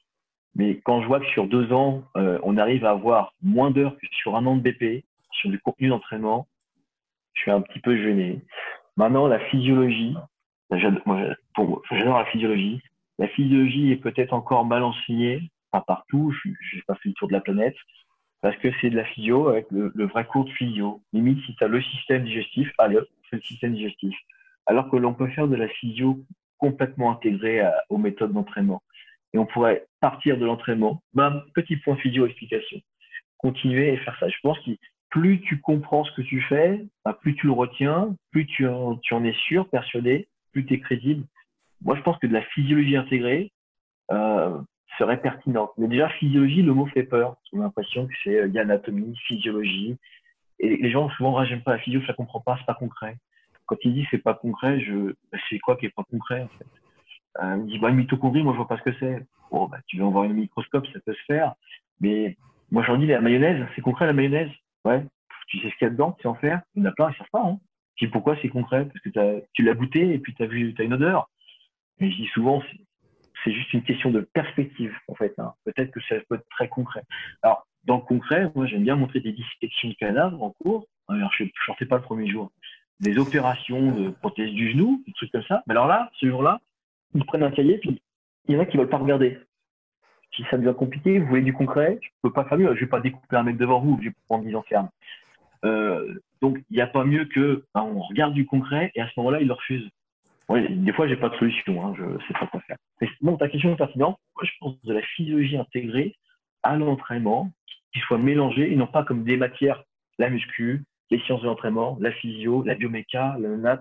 Mais quand je vois que sur deux ans, euh, on arrive à avoir moins d'heures que sur un an de B P, sur du contenu d'entraînement, je suis un petit peu gêné. Maintenant, la physiologie, j'adore, moi, pour, j'adore la physiologie. La physiologie est peut-être encore mal enseignée, pas partout, je n'ai pas fait le tour de la planète, parce que c'est de la physio avec le, le vrai cours de physio. Limite, si tu as le système digestif, allez hop, c'est le système digestif. Alors que l'on peut faire de la physio complètement intégrée à, aux méthodes d'entraînement. Et on pourrait partir de l'entraînement, bam, petit point physio explication. Continuer et faire ça. Je pense que plus tu comprends ce que tu fais, bah, plus tu le retiens, plus tu en, tu en es sûr, persuadé, plus tu es crédible. Moi, je pense que de la physiologie intégrée, euh, serait pertinente. Mais déjà, physiologie, le mot fait peur. On a l'impression que c'est euh, anatomie, physiologie. Et les gens, souvent, ah, j'aime pas la physio, je la comprends pas, c'est pas concret. Quand ils disent c'est pas concret, je, bah, c'est quoi qui est pas concret, en fait? Euh, ils disent, bah, une mitochondrie, moi, je vois pas ce que c'est. Bon, bah, tu veux en voir un microscope, ça peut se faire. Mais moi, je leur dis, la mayonnaise, c'est concret, la mayonnaise? Ouais. Tu sais ce qu'il y a dedans, tu sais en faire? Il y en a plein, ils savent pas, hein. Je dis, pourquoi c'est concret? Parce que t'as, tu l'as goûté et puis tu as vu, tu as une odeur. Et je dis souvent, c'est juste une question de perspective, en fait, hein. Peut-être que ça peut être très concret. Alors, dans le concret, moi, j'aime bien montrer des dissections de cadavres en cours. Alors, je ne sortais pas le premier jour. Des opérations de prothèse du genou, des trucs comme ça. Mais alors là, ce jour-là, ils prennent un cahier, puis il y en a qui ne veulent pas regarder. Si ça devient compliqué, vous voulez du concret, je ne peux pas faire mieux. Je ne vais pas découper un mec devant vous, je vais prendre dix ans ferme. Euh, donc, il n'y a pas mieux que ben, on regarde du concret et à ce moment-là, ils le refusent. Oui, des fois, j'ai pas de solution, hein, je sais pas quoi faire. Mais non, ta question est pertinente. Moi, je pense de la physiologie intégrée à l'entraînement, qui soit mélangée et non pas comme des matières, la muscu, les sciences de l'entraînement, la physio, la bioméca, le nat.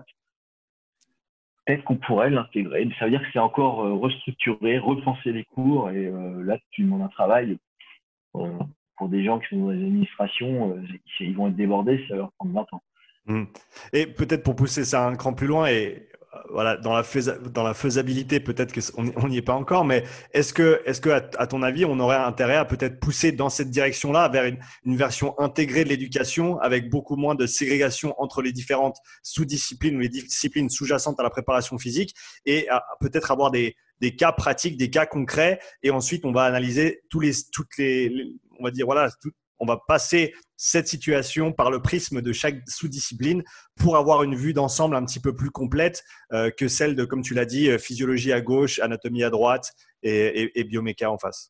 Peut-être qu'on pourrait l'intégrer, mais ça veut dire que c'est encore euh, restructurer, repenser les cours, et euh, là, tu demandes un travail euh, pour des gens qui sont dans les administrations, euh, ils vont être débordés, ça va leur prendre vingt ans. Hmm. Et peut-être pour pousser ça un cran plus loin et euh, voilà, dans la, faisa- dans la faisabilité, peut-être qu'on n'y est pas encore, mais est-ce que, est-ce que à, à ton avis, on aurait intérêt à peut-être pousser dans cette direction-là vers une, une version intégrée de l'éducation avec beaucoup moins de ségrégation entre les différentes sous-disciplines ou les disciplines sous-jacentes à la préparation physique et à, à peut-être avoir des, des cas pratiques, des cas concrets et ensuite on va analyser tous les, toutes les, les- on va dire voilà, tout- on va passer cette situation par le prisme de chaque sous-discipline pour avoir une vue d'ensemble un petit peu plus complète euh, que celle de, comme tu l'as dit, euh, physiologie à gauche, anatomie à droite et, et, et bioméca en face.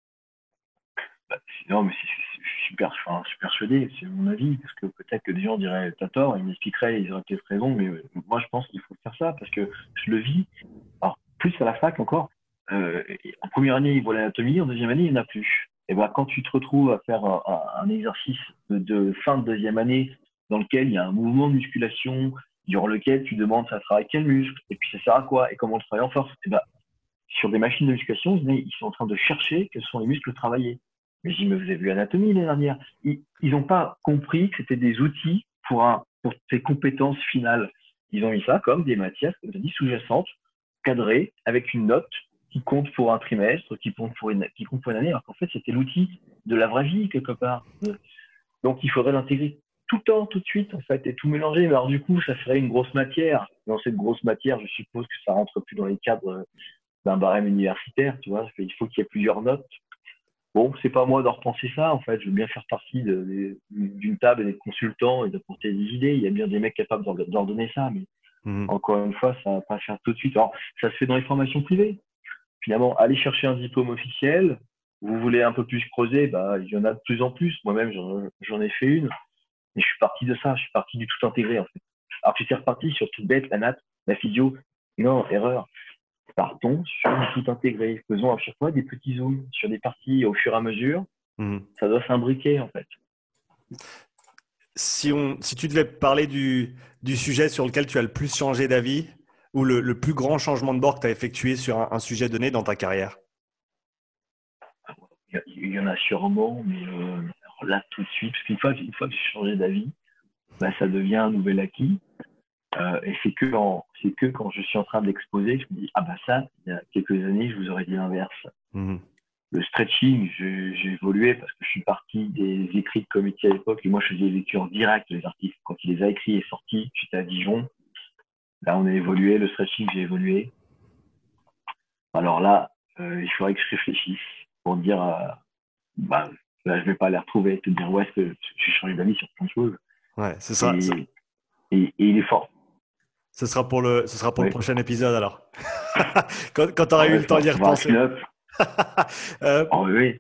Bah, non, mais c'est c'est- je suis super, enfin, je suis persuadé, c'est mon avis, parce que peut-être que des gens diraient t'as tort, ils m'expliqueraient, ils auraient peut-être raison, mais euh, moi je pense qu'il faut faire ça parce que je le vis. Alors, plus à la fac encore, euh, en première année, ils voient l'anatomie, en deuxième année, il n'y en a plus. Et ben, quand tu te retrouves à faire un, un- un exercice de, de fin de deuxième année dans lequel il y a un mouvement de musculation, durant lequel tu demandes ça travaille quel muscle, et puis ça sert à quoi, et comment on le travaille en force, et ben, sur des machines de musculation, ils sont en train de chercher quels sont les muscles travaillés. Mais je dis, mais vous avez vu l'anatomie l'année dernière. Ils n'ont pas compris que c'était des outils pour, un, pour tes compétences finales. Ils ont mis ça comme des matières, comme je dis, sous-jacentes, cadrées, avec une note qui compte pour un trimestre, qui compte pour une, qui compte pour une année, alors qu'en fait, c'était l'outil de la vraie vie, quelque part. Donc, il faudrait l'intégrer tout le temps, tout de suite, en fait, et tout mélanger. Mais alors, du coup, ça serait une grosse matière. Dans cette grosse matière, je suppose que ça rentre plus dans les cadres d'un barème universitaire, tu vois. Il faut qu'il y ait plusieurs notes. Bon, c'est pas à moi de repenser ça, en fait. Je veux bien faire partie de- de- d'une table et des consultants et d'apporter des idées. Il y a bien des mecs capables d'or- d'ordonner ça, mais Mhm. encore une fois, ça va pas se faire tout de suite. Alors, ça se fait dans les formations privées. Finalement, aller chercher un diplôme officiel. Vous voulez un peu plus creuser, bah, il y en a de plus en plus. Moi-même, j'en j'en ai fait une. Et je suis parti de ça, je suis parti du tout intégré en fait. Alors tu t'es reparti sur tout bête, la natte, la physio. Non, erreur. Partons sur du tout intégré. Faisons à chaque fois des petits zooms sur des parties au fur et à mesure. Mmh. Ça doit s'imbriquer en fait. Si, on, si tu devais parler du, du sujet sur lequel tu as le plus changé d'avis ou le, le plus grand changement de bord que tu as effectué sur un, un sujet donné dans ta carrière? Il y en a sûrement, mais euh, là tout de suite, parce qu'une fois, une fois que j'ai changé d'avis, bah, ça devient un nouvel acquis. Euh, et c'est que, en, c'est que quand je suis en train d'exposer, je me dis, ah bah ça, il y a quelques années, je vous aurais dit l'inverse. Mmh. Le stretching, j'ai, j'ai évolué parce que je suis parti des écrits de comité à l'époque, et moi je faisais des lectures directes des articles. Quand il les a écrits et sortis, j'étais à Dijon. Là, on a évolué, le stretching, j'ai évolué. Alors là, euh, il faudrait que je réfléchisse pour dire, euh, bah, là, je vais pas les retrouver, te dire, ouais, est-ce que j'ai changé d'avis sur plein de choses. Ouais, c'est ça. Et, ça... et, et il est fort. Ce sera pour le, ce sera pour ouais. le prochain épisode alors. quand quand tu auras ouais, eu le temps d'y repenser. euh... Oh oui.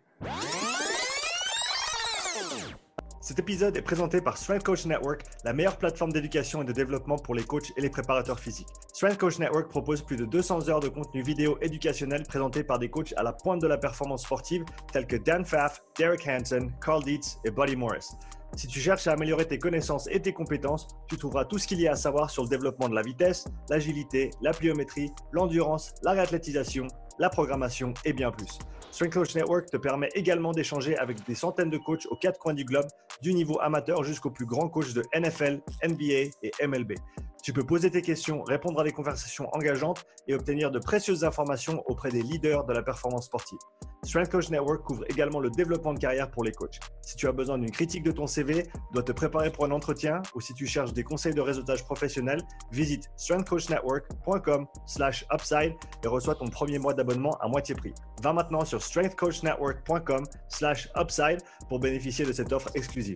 Cet épisode est présenté par Strength Coach Network, la meilleure plateforme d'éducation et de développement pour les coachs et les préparateurs physiques. Strength Coach Network propose plus de deux cents heures de contenu vidéo éducationnel présenté par des coachs à la pointe de la performance sportive tels que Dan Pfaff, Derek Hansen, Carl Dietz et Buddy Morris. Si tu cherches à améliorer tes connaissances et tes compétences, tu trouveras tout ce qu'il y a à savoir sur le développement de la vitesse, l'agilité, la pliométrie, l'endurance, la réathlétisation, la programmation et bien plus. Strength Coach Network te permet également d'échanger avec des centaines de coachs aux quatre coins du globe, du niveau amateur jusqu'aux plus grands coachs de N F L, N B A et M L B. Tu peux poser tes questions, répondre à des conversations engageantes et obtenir de précieuses informations auprès des leaders de la performance sportive. Strength Coach Network couvre également le développement de carrière pour les coachs. Si tu as besoin d'une critique de ton C V, dois te préparer pour un entretien ou si tu cherches des conseils de réseautage professionnel, visite strength coach network point com slash upside et reçois ton premier mois d'abonnement à moitié prix. Va maintenant sur strength coach network point com slash upside pour bénéficier de cette offre exclusive.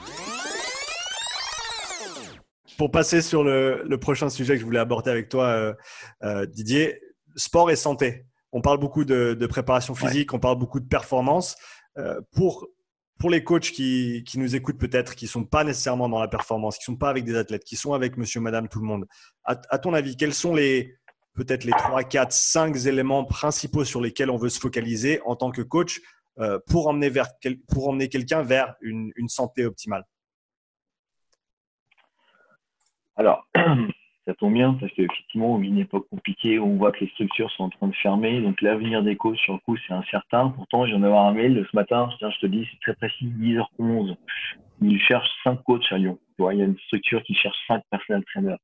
Pour passer sur le, le prochain sujet que je voulais aborder avec toi, euh, euh, Didier, sport et santé. On parle beaucoup de, de préparation physique, ouais. On parle beaucoup de performance. Euh, pour, pour les coachs qui, qui nous écoutent peut-être, qui ne sont pas nécessairement dans la performance, qui ne sont pas avec des athlètes, qui sont avec monsieur, madame, tout le monde, à, à ton avis, quels sont les, peut-être les trois, quatre, cinq éléments principaux sur lesquels on veut se focaliser en tant que coach euh, pour, emmener vers, pour emmener quelqu'un vers une, une santé optimale? Alors, ça tombe bien parce qu'effectivement, on vit une époque compliquée où on voit que les structures sont en train de fermer. Donc, l'avenir des coachs, sur le coup, c'est incertain. Pourtant, je viens d'avoir un mail ce matin. Tiens, je te dis, c'est très précis, dix heures onze. Ils cherchent cinq coachs à Lyon. Tu vois, il y a une structure qui cherche cinq personnels traîneurs.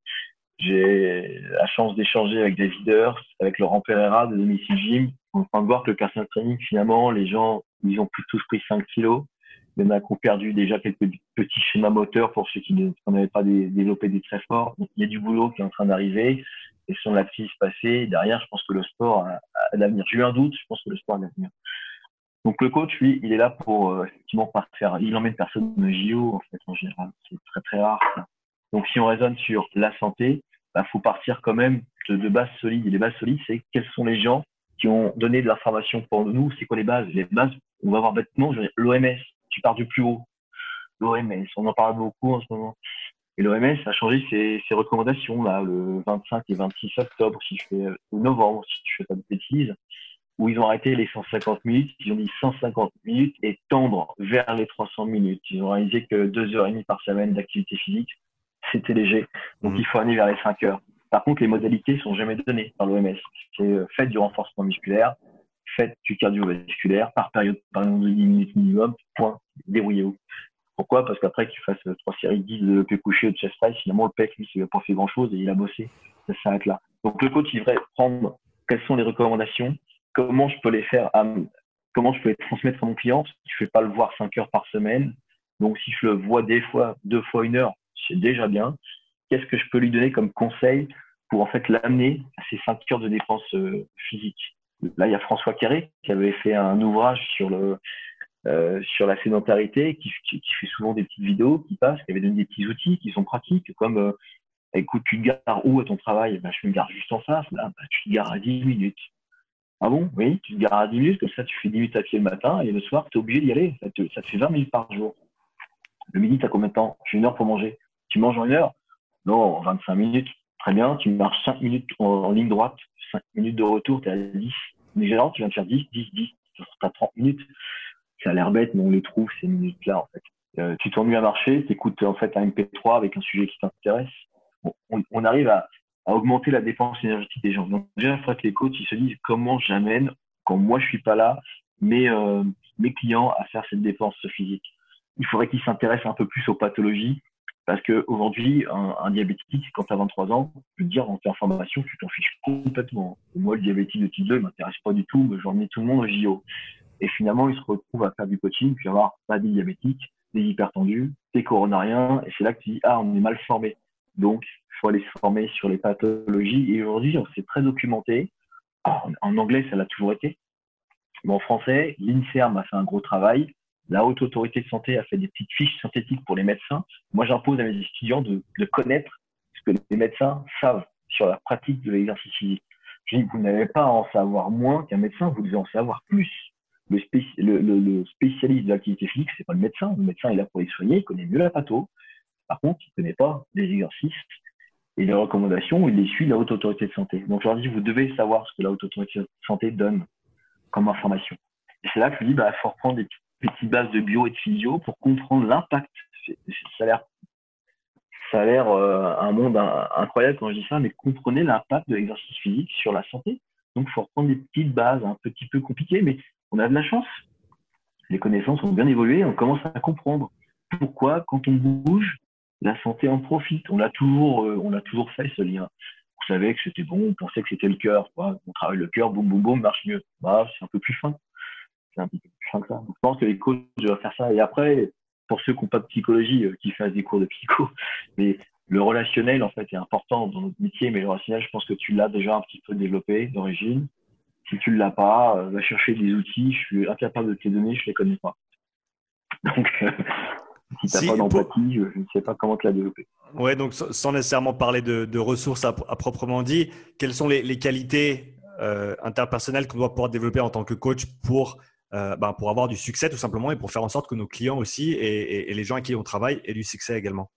J'ai la chance d'échanger avec des leaders, avec Laurent Pereira de Domicile Gym. On est en train de voir que le personal training, finalement, les gens, ils ont plus tous pris cinq kilos. Il y en a qui ont perdu déjà quelques petits schémas moteurs pour ceux qui n'avaient pas développé des très forts. Donc, il y a du boulot qui est en train d'arriver. Et si on l'a fait se passer, derrière, je pense que le sport a, a l'avenir. J'ai eu un doute, je pense que le sport a l'avenir. Donc, le coach, lui, il est là pour euh, effectivement pas faire. Il emmène personne au J O, en fait, en général. C'est très, très rare. Ça. Donc, si on raisonne sur la santé, bah, faut partir quand même de, de bases solides. Et les bases solides, c'est quels sont les gens qui ont donné de l'information pour nous. C'est quoi les bases? Les bases, on va voir bêtement, l'O M S. Tu pars du plus haut. L'O M S, on en parle beaucoup en ce moment. Et l'O M S a changé ses, ses recommandations là, le vingt-cinq et vingt-six octobre, si je fais, ou novembre, si je fais pas de bêtises, où ils ont arrêté les cent cinquante minutes, ils ont dit cent cinquante minutes et tendre vers les trois cents minutes. Ils ont réalisé que deux heures et demie par semaine d'activité physique, c'était léger. Donc, mmh. il faut aller vers les cinq heures. Par contre, les modalités sont jamais données par l'O M S. C'est euh, faites du renforcement musculaire, faites du cardiovasculaire par période, par exemple, de dix minutes minimum, point, débrouillez-vous. Pourquoi? Parce qu'après que tu fasses trois séries de dix de développé couché ou de chest press, finalement, le pec, lui, il n'a pas fait grand-chose et il a bossé. Ça s'arrête là. Donc, le coach, il devrait prendre quelles sont les recommandations, comment je peux les faire, à, comment je peux les transmettre à mon client, parce que je ne vais pas le voir cinq heures par semaine. Donc, si je le vois des fois, deux fois une heure, c'est déjà bien. Qu'est-ce que je peux lui donner comme conseil pour en fait l'amener à ces cinq heures de dépense euh, physique? Là, il y a François Carré qui avait fait un ouvrage sur le euh, sur la sédentarité, qui, qui, qui fait souvent des petites vidéos qui passent, qui avait donné des petits outils qui sont pratiques, comme euh, écoute, tu te gares où à ton travail? Ben, je me gare juste en face. Là, ben, tu te gares à dix minutes. Ah bon? Oui, tu te gares à dix minutes, comme ça tu fais dix minutes à pied le matin et le soir, tu es obligé d'y aller. Ça te, ça te fait vingt minutes par jour. Le midi, tu as combien de temps? J'ai une heure pour manger. Tu manges en une heure? Non, vingt-cinq minutes. Très bien. Tu marches cinq minutes en, en ligne droite. cinq minutes de retour, tu es à dix. Mais généralement, tu viens de faire dix, dix, dix. Tu as trente minutes. Ça a l'air bête, mais on les trouve, ces minutes-là, en fait. Euh, tu t'ennuies à marcher, tu écoutes en fait un M P trois avec un sujet qui t'intéresse. On, on, on arrive à, à augmenter la dépense énergétique des gens. Donc déjà, il faudrait que les coachs ils se disent comment j'amène, quand moi je suis pas là, mes, euh, mes clients à faire cette dépense physique. Il faudrait qu'ils s'intéressent un peu plus aux pathologies, parce qu'aujourd'hui, un, un diabétique, quand tu as vingt-trois ans, je veux te dire, en tes informations, tu t'en fiches complètement. Moi, le diabétique de type deux, il m'intéresse pas du tout, mais j'en mets tout le monde au J O. Et finalement, ils se retrouvent à faire du coaching, puis avoir pas des diabétiques, des hypertendus, des coronariens, et c'est là que tu dis, ah, on est mal formé. Donc, il faut aller se former sur les pathologies. Et aujourd'hui, on s'est très documenté. En, en anglais, ça l'a toujours été. Mais en français, l'INSERM a fait un gros travail. La Haute Autorité de Santé a fait des petites fiches synthétiques pour les médecins. Moi, j'impose à mes étudiants de, de connaître ce que les médecins savent sur la pratique de l'exercice physique. Je dis, vous n'avez pas à en savoir moins qu'un médecin, vous devez en savoir plus. Le, spéci le, le, le spécialiste de l'activité physique, c'est pas le médecin. Le médecin est là pour les soigner, il connaît mieux la patho. Par contre, il ne connaît pas les exercices et les recommandations, il les suit la Haute Autorité de Santé. Donc, je leur dis, vous devez savoir ce que la Haute Autorité de Santé donne comme information. Et c'est là que je dis, bah, faut reprendre des petites bases de bio et de physio pour comprendre l'impact. Ça a l'air, ça a l'air euh, un monde un, incroyable quand je dis ça, mais comprenez l'impact de l'exercice physique sur la santé. Donc, il faut reprendre des petites bases un petit peu compliquées, mais on a de la chance. Les connaissances ont bien évolué, on commence à comprendre pourquoi, quand on bouge, la santé en profite. On l'a toujours, euh, on l'a toujours fait, ce lien. On savait que c'était bon, on pensait que c'était le cœur. Quoi. On travaille le cœur, boum, boum, boum, marche mieux. Bah, c'est un peu plus fin. C'est un peu plus fin que ça. Donc, je pense que les coachs doivent faire ça. Et après, pour ceux qui n'ont pas de psychologie, euh, qui fassent des cours de psycho, mais le relationnel, en fait, est important dans notre métier. Mais le relationnel, je pense que tu l'as déjà un petit peu développé d'origine. Si tu ne l'as pas, euh, va chercher des outils. Je suis incapable de te les donner, je ne les connais pas. Donc, euh, si tu n'as Si, pas pour... d'empathie, je ne sais pas comment te la développer. Ouais, donc sans nécessairement parler de, de ressources à, à, proprement dit, quelles sont les, les qualités euh, interpersonnelles qu'on doit pouvoir développer en tant que coach pour, euh, ben, pour avoir du succès tout simplement et pour faire en sorte que nos clients aussi et, et, et les gens avec qui on travaille aient du succès également?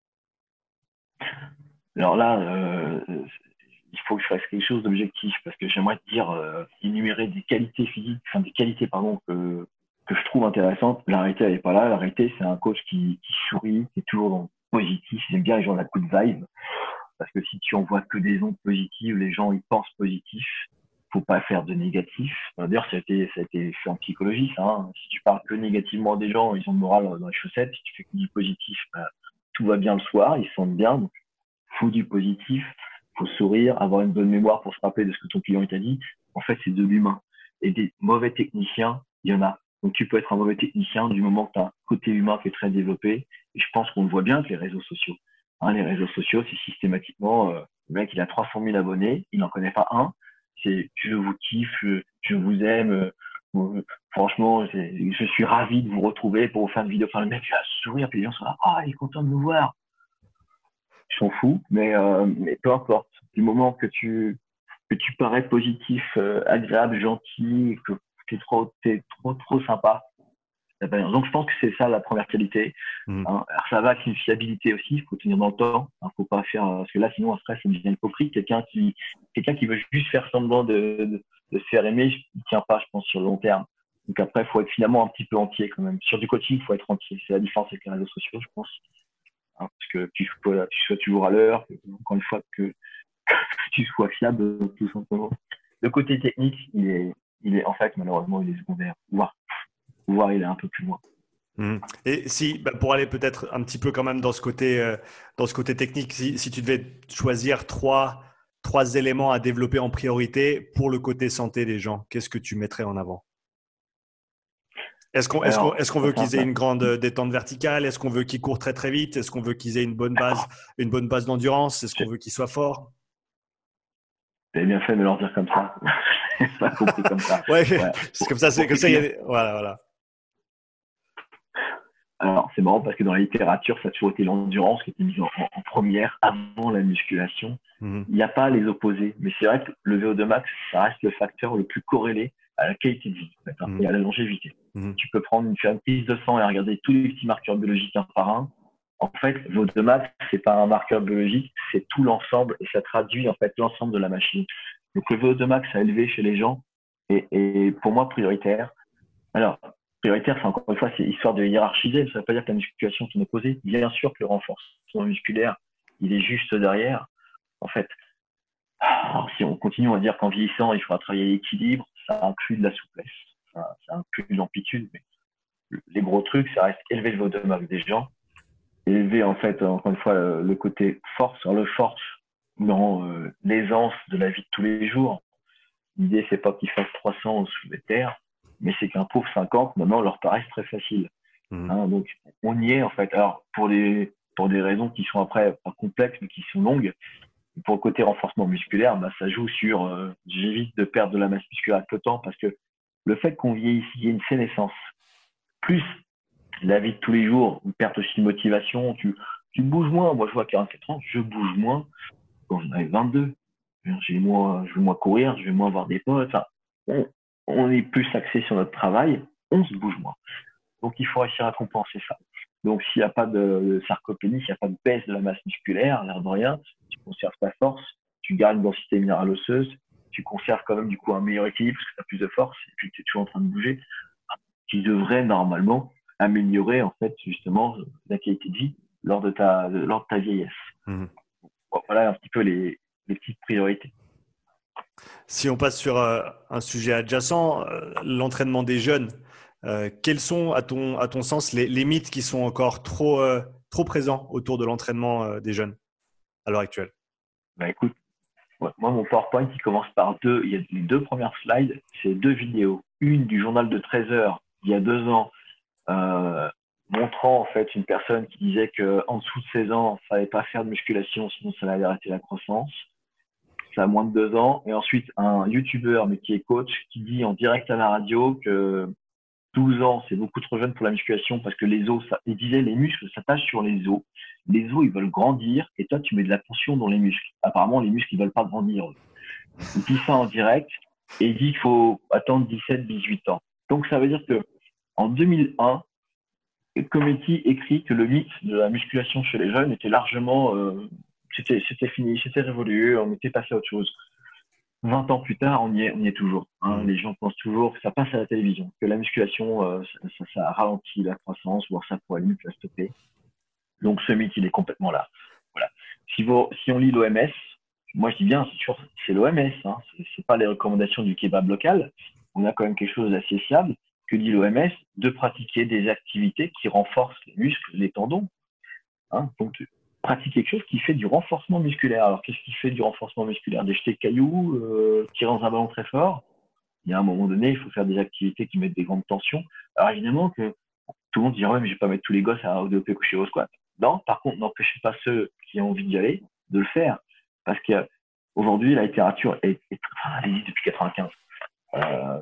Alors là, euh, il faut que je fasse quelque chose d'objectif parce que j'aimerais te dire, euh, énumérer des qualités physiques, enfin des qualités, pardon, que, que je trouve intéressantes. La réalité, elle n'est pas là. La réalité, c'est un coach qui, qui sourit, qui est toujours dans le positif. J'aime bien les gens de la good vibe parce que si tu envoies que des ondes positives, les gens, ils pensent positif. Faut pas faire de négatif. D'ailleurs, ça a été, ça a été fait en psychologie, ça. Hein. Si tu parles que négativement des gens, ils ont le moral dans les chaussettes. Si tu fais que du positif, bah, tout va bien le soir, ils se sentent bien. Donc, faut du positif, faut sourire, avoir une bonne mémoire pour se rappeler de ce que ton client t'a dit. En fait, c'est de l'humain. Et des mauvais techniciens, il y en a. Donc, tu peux être un mauvais technicien du moment que tu as un côté humain qui est très développé. Et je pense qu'on le voit bien avec les réseaux sociaux. Hein, les réseaux sociaux, c'est systématiquement, euh, le mec, il a trois cent mille abonnés, il n'en connaît pas un. C'est je vous kiffe, je, je vous aime. Euh, franchement, je suis ravi de vous retrouver pour vous faire une vidéo. Enfin, le mec, il va sourire, puis les gens sont là, ah, il est content de nous voir. Je s'en fous, mais, euh, mais peu importe. Du moment que tu, que tu parais positif, euh, agréable, gentil, que tu es trop, t'es trop, trop sympa. Donc, je pense que c'est ça la première qualité. Mmh. Hein. Alors, ça va avec une fiabilité aussi, il faut tenir dans le temps. Il hein, faut pas faire, parce que là, sinon, après, ça devient hypocrite. Quelqu'un qui, quelqu'un qui veut juste faire semblant de, de, de se faire aimer, il ne tient pas, je pense, sur le long terme. Donc, après, il faut être finalement un petit peu entier quand même. Sur du coaching, il faut être entier. C'est la différence avec les réseaux sociaux, je pense. Hein, parce que tu sois, tu sois toujours à l'heure, encore une fois, que, que tu sois fiable, tout simplement. Le côté technique, il est, il est en fait, malheureusement, il est secondaire. Voire, voire il est un peu plus loin. Mmh. Et si, bah, pour aller peut-être un petit peu quand même dans ce côté, euh, dans ce côté technique, si, si tu devais choisir trois, trois éléments à développer en priorité pour le côté santé des gens, qu'est-ce que tu mettrais en avant? Est-ce qu'on est-ce qu'on, est-ce qu'on veut qu'ils aient une grande détente verticale? Est-ce qu'on veut qu'ils courent très très vite? Est-ce qu'on veut qu'ils aient une bonne base, une bonne base d'endurance? Est-ce qu'on veut qu'ils soient forts? T'avais bien fait de me leur dire comme ça. C'est pas compris comme ça. Ouais, ouais. C'est comme ça, c'est comme ça. Y a des... Voilà, voilà. Alors, c'est marrant parce que dans la littérature, ça a toujours été l'endurance qui était mise en, en première avant la musculation. Mm-hmm. Il n'y a pas les opposés. Mais c'est vrai que le V O deux max, ça reste le facteur le plus corrélé à la qualité de vie en fait, hein, Mmh. et à la longévité. Mmh. Tu peux prendre une, faire une prise de sang et regarder tous les petits marqueurs biologiques un par un. En fait, le V O deux max, c'est pas un marqueur biologique, c'est tout l'ensemble et ça traduit en fait l'ensemble de la machine. Donc le V O deux max à élever chez les gens est, est pour moi prioritaire. Alors, prioritaire, c'est encore une fois, c'est histoire de hiérarchiser. Ça ne veut pas dire que la musculation est opposée. Bien sûr que le renforcement musculaire, il est juste derrière. En fait, alors, si on continue à dire qu'en vieillissant, il faudra travailler l'équilibre, ça inclut de la souplesse, ça, ça inclut de l'amplitude. Mais les gros trucs, ça reste élever le V O deux max des gens, élever en fait, encore une fois, le, le côté force. Alors, le force dans euh, l'aisance de la vie de tous les jours. L'idée, c'est pas qu'ils fassent trois cents au sous les terres, mais c'est qu'un pauvre cinquante, maintenant, leur paraisse très facile. Mmh. Hein, donc, on y est, en fait. Alors, pour, les, pour des raisons qui sont après pas complexes, mais qui sont longues, pour le côté renforcement musculaire, bah, ça joue sur euh, j'évite de perdre de la masse musculaire avec le temps parce que le fait qu'on vieillisse, il y a une sénescence, plus la vie de tous les jours, une perte aussi de motivation, tu, tu bouges moins. Moi, je vois à quarante-quatre ans, je bouge moins quand j'en avais vingt-deux. J'ai moins, je vais moins courir, je vais moins voir des potes. Enfin, on, on est plus axé sur notre travail, on se bouge moins. Donc, il faut réussir à compenser ça. Donc, s'il n'y a pas de sarcopénie, s'il n'y a pas de baisse de la masse musculaire, l'air de rien, tu conserves ta force, tu gardes une densité minérale osseuse, tu conserves quand même du coup un meilleur équilibre parce que tu as plus de force et puis tu es toujours en train de bouger, qui devrait normalement améliorer en fait justement la qualité de vie lors de ta, lors de ta vieillesse. Mmh. Bon, voilà un petit peu les, les petites priorités. Si on passe sur euh, un sujet adjacent, euh, l'entraînement des jeunes, euh, quels sont, à ton, à ton sens, les, les mythes qui sont encore trop, euh, trop présents autour de l'entraînement euh, des jeunes à l'heure actuelle? Bah écoute, ouais, moi mon PowerPoint il commence par deux, il y a les deux premières slides, c'est deux vidéos. Une du journal de treize heures il y a deux ans, euh, montrant en fait une personne qui disait qu'en dessous de seize ans, il ne fallait pas faire de musculation, sinon ça allait arrêter la croissance. Ça a moins de deux ans. Et ensuite, un YouTuber, mais qui est coach, qui dit en direct à la radio que douze ans, c'est beaucoup trop jeune pour la musculation parce que les os, ça, il disait les muscles s'attachent sur les os. Les os, ils veulent grandir et toi, tu mets de la tension dans les muscles. Apparemment, les muscles, ils veulent pas grandir. Il dit ça en direct et il dit qu'il faut attendre dix-sept, dix-huit ans. Donc, ça veut dire que en deux mille un, Cometti écrit que le mythe de la musculation chez les jeunes était largement, euh, c'était, c'était fini, c'était révolu, on était passé à autre chose. vingt ans plus tard, on y est, on y est toujours. Hein. Mmh. Les gens pensent toujours que ça passe à la télévision, que la musculation, euh, ça, ça, ça ralentit la croissance, voire ça pourrait limite la stopper. Donc ce mythe, il est complètement là. Voilà. Si, vous, si on lit l'O M S, moi je dis bien, c'est sûr, c'est l'O M S, hein. c'est, c'est pas les recommandations du kebab local. On a quand même quelque chose d'assez fiable que dit l'O M S, de pratiquer des activités qui renforcent les muscles, les tendons. Hein. Donc pratiquer quelque chose qui fait du renforcement musculaire. Alors, qu'est-ce qui fait du renforcement musculaire? Des jetés de cailloux, euh, tirer dans un ballon très fort. Il y a un moment donné, il faut faire des activités qui mettent des grandes tensions. Alors, évidemment que tout le monde dit, ouais, mais je vais pas mettre tous les gosses à au développé couché au squat. Non, par contre, n'empêchez pas ceux qui ont envie d'y aller de le faire. Parce qu'aujourd'hui, la littérature est, est, enfin, elle existe depuis quatre-vingt-quinze. Euh,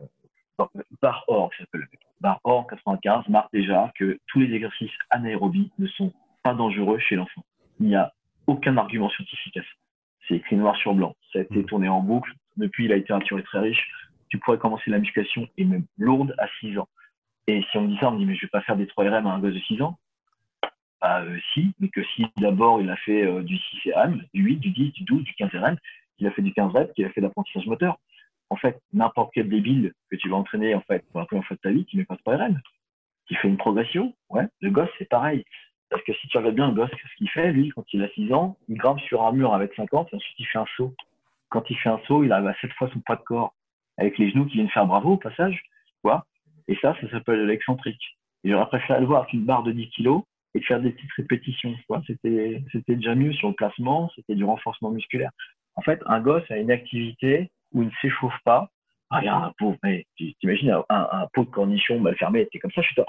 Bar Or, ça s'appelle. Bar Or quatre-vingt-quinze marque déjà que tous les exercices anaérobies ne sont pas dangereux chez l'enfant. Il n'y a aucun argument scientifique à ça. C'est écrit noir sur blanc. Ça a été tourné en boucle. Depuis, la littérature est très riche. Tu pourrais commencer la musculation et même lourde à six ans. Et si on me dit ça, on me dit, mais je vais pas faire des trois R M à un gosse de six ans. Bah, euh, si, mais que si d'abord il a fait euh, du six R M, du huit, du dix, du douze, du quinze R M, qu'il a fait du quinze reps, qu'il a fait de l'apprentissage moteur. En fait, n'importe quel débile que tu vas entraîner en fait pour la première fois de ta vie, qui met pas de trois R M, qui fait une progression, ouais, le gosse c'est pareil. Parce que si tu regardes bien le gosse, ce qu'il fait, lui, quand il a six ans, il grimpe sur un mur avec cinquante et ensuite il fait un saut. Quand il fait un saut, il arrive à sept fois son poids de corps, avec les genoux qui viennent faire bravo au passage, quoi. Et ça, ça s'appelle de l'excentrique. Et j'aurais préféré le voir avec une barre de dix kilos et de faire des petites répétitions, quoi. C'était, c'était déjà mieux sur le placement, c'était du renforcement musculaire. En fait, un gosse a une activité où il ne s'échauffe pas. Ah, il y a un pot, hey, t'imagines un, un, un pot de cornichon mal fermé, c'est comme ça chez toi.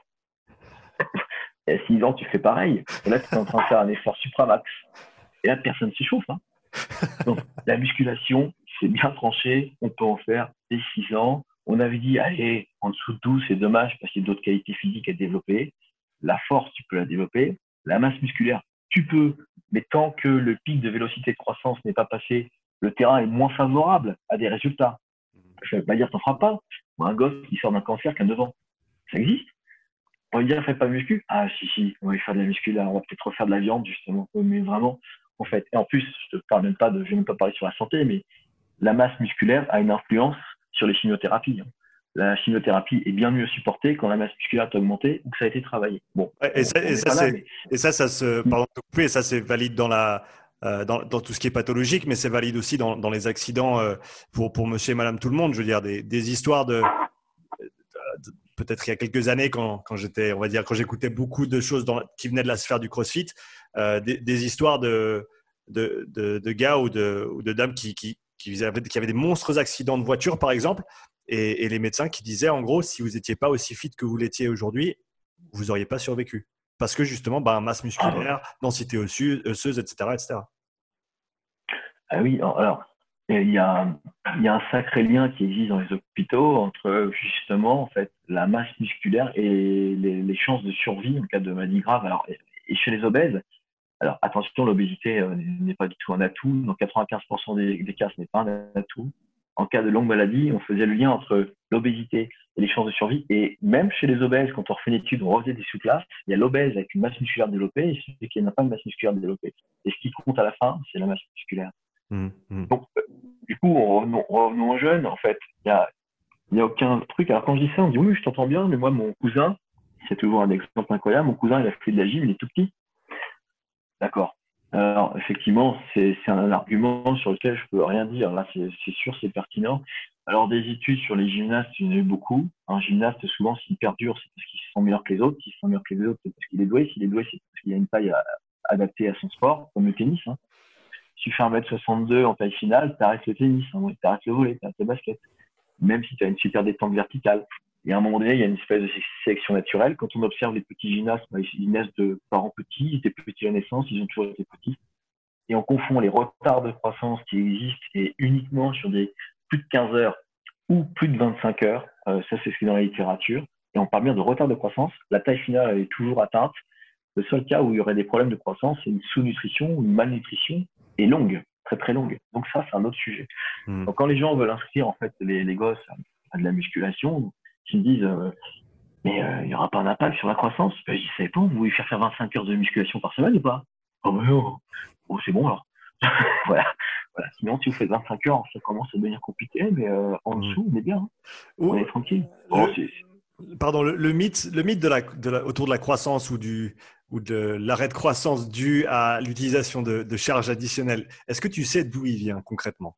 Et à six ans, tu fais pareil. Et là, tu es en train de faire un effort supramax. Et là, personne ne s'échauffe. Hein. Donc, la musculation, c'est bien tranché. On peut en faire dès six ans. On avait dit, allez, en dessous de douze, c'est dommage parce qu'il y a d'autres qualités physiques à développer. La force, tu peux la développer. La masse musculaire, tu peux. Mais tant que le pic de vélocité de croissance n'est pas passé, le terrain est moins favorable à des résultats. Ça ne veut pas dire que tu n'en feras pas. ou un gosse qui sort d'un cancer qui a neuf ans. Ça existe. On va lui dire, fais pas de muscu. Ah, si, si, on va faire de la muscu là, on va peut-être refaire de la viande, justement. Mais vraiment, en fait. Et en plus, je te parle même pas de, je vais même pas parler sur la santé, mais la masse musculaire a une influence sur les chimiothérapies. Hein. La chimiothérapie est bien mieux supportée quand la masse musculaire est augmentée ou que ça a été travaillé. Bon, Ouais, et on ça, et n'est ça, pas là, c'est, mais et ça, ça se, pardon de te couper, et ça, c'est valide dans la, euh, dans, dans tout ce qui est pathologique, mais c'est valide aussi dans, dans les accidents euh, pour, pour monsieur et madame tout le monde. Je veux dire, des, des histoires de, de- peut-être il y a quelques années, quand, quand j'étais, on va dire, quand j'écoutais beaucoup de choses dans, qui venaient de la sphère du CrossFit, euh, des, des histoires de, de, de, de gars ou de, ou de dames qui, qui, qui avaient, qui avaient des monstres accidents de voiture, par exemple, et, et les médecins qui disaient, en gros, si vous n'étiez pas aussi fit que vous l'étiez aujourd'hui, vous n'auriez pas survécu. Parce que justement, bah, masse musculaire, densité osseuse, osseuse, et cetera, et cetera. ah oui, alors il y a, il y a un sacré lien qui existe dans les hôpitaux entre justement en fait la masse musculaire et les, les chances de survie en cas de maladie grave. Alors et, et chez les obèses, alors attention, l'obésité euh, n'est pas du tout un atout. Dans quatre-vingt-quinze pour cent des, des cas, ce n'est pas un atout. En cas de longue maladie, on faisait le lien entre l'obésité et les chances de survie. Et même chez les obèses, quand on refait une étude, on refaisait des sous-classes, il y a l'obèse avec une masse musculaire développée et celui qui n'a pas une masse musculaire développée. Et ce qui compte à la fin, c'est la masse musculaire. Mmh, mmh. Donc, euh, du coup, revenons, revenons aux jeunes, en fait, il y a, il y a aucun truc. Alors, quand je dis ça, on dit oui, je t'entends bien, mais moi, mon cousin, c'est toujours un exemple incroyable, mon cousin, il a fait de la gym, il est tout petit. D'accord. Alors, effectivement, c'est c'est un argument sur lequel je peux rien dire. Là, c'est c'est sûr, c'est pertinent. Alors, des études sur les gymnastes, il y en a eu beaucoup. Un gymnaste, souvent, s'il perdure, c'est parce qu'il se sent meilleur que les autres. S'il se sent meilleur que les autres, c'est parce qu'il est doué. S'il est doué, c'est parce qu'il a une taille à- adaptée à son sport, comme le tennis. Hein. Si tu fais un mètre soixante-deux en taille finale, tu arrêtes le tennis, hein, tu arrêtes le volley, tu arrêtes le basket. Même si tu as une super détente verticale. Et à un moment donné, il y a une espèce de sélection naturelle. Quand on observe les petits gymnastes, bah, ils naissent de parents petits, ils étaient petits à la naissance, ils ont toujours été petits. Et on confond les retards de croissance qui existent et uniquement sur des plus de quinze heures ou plus de vingt-cinq heures. Euh, ça, c'est ce qui est dans la littérature. Et on parle bien de retard de croissance. La taille finale elle est toujours atteinte. Le seul cas où il y aurait des problèmes de croissance, c'est une sous-nutrition ou une malnutrition et longue, très très longue. Donc ça, c'est un autre sujet. Mmh. Donc quand les gens veulent inscrire en fait les, les gosses à, à de la musculation, ils me disent euh, mais euh, il n'y aura pas un impact sur la croissance. Ben, je dis ça dépend. Vous voulez faire faire vingt-cinq heures de musculation par semaine ou pas? Oh ben non. Oh, c'est bon alors. voilà. voilà. Sinon, si vous faites vingt-cinq heures, ça commence à devenir compliqué, mais euh, en Mmh. dessous, on est bien. Hein. On Ou, est tranquille. Oh, le, c'est, pardon, le, le mythe, le mythe de la, de la- autour de la croissance ou, du, ou de l'arrêt de croissance dû à l'utilisation de, de charges additionnelles, est-ce que tu sais d'où il vient concrètement?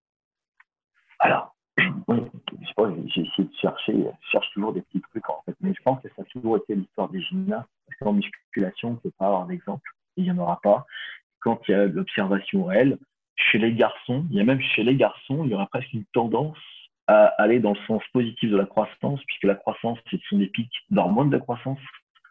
Alors, oui, je sais pas, j'ai essayé de chercher, je cherche toujours des petits trucs en fait, mais je pense que ça a toujours été l'histoire des gymnastes. Parce qu'en musculation, on ne peut pas avoir d'exemple, il n'y en aura pas. Quand il y a de l'observation réelle, chez les garçons, il y a même chez les garçons, il y aura presque une tendance à aller dans le sens positif de la croissance, puisque la croissance, ce sont des pics d'hormones de croissance,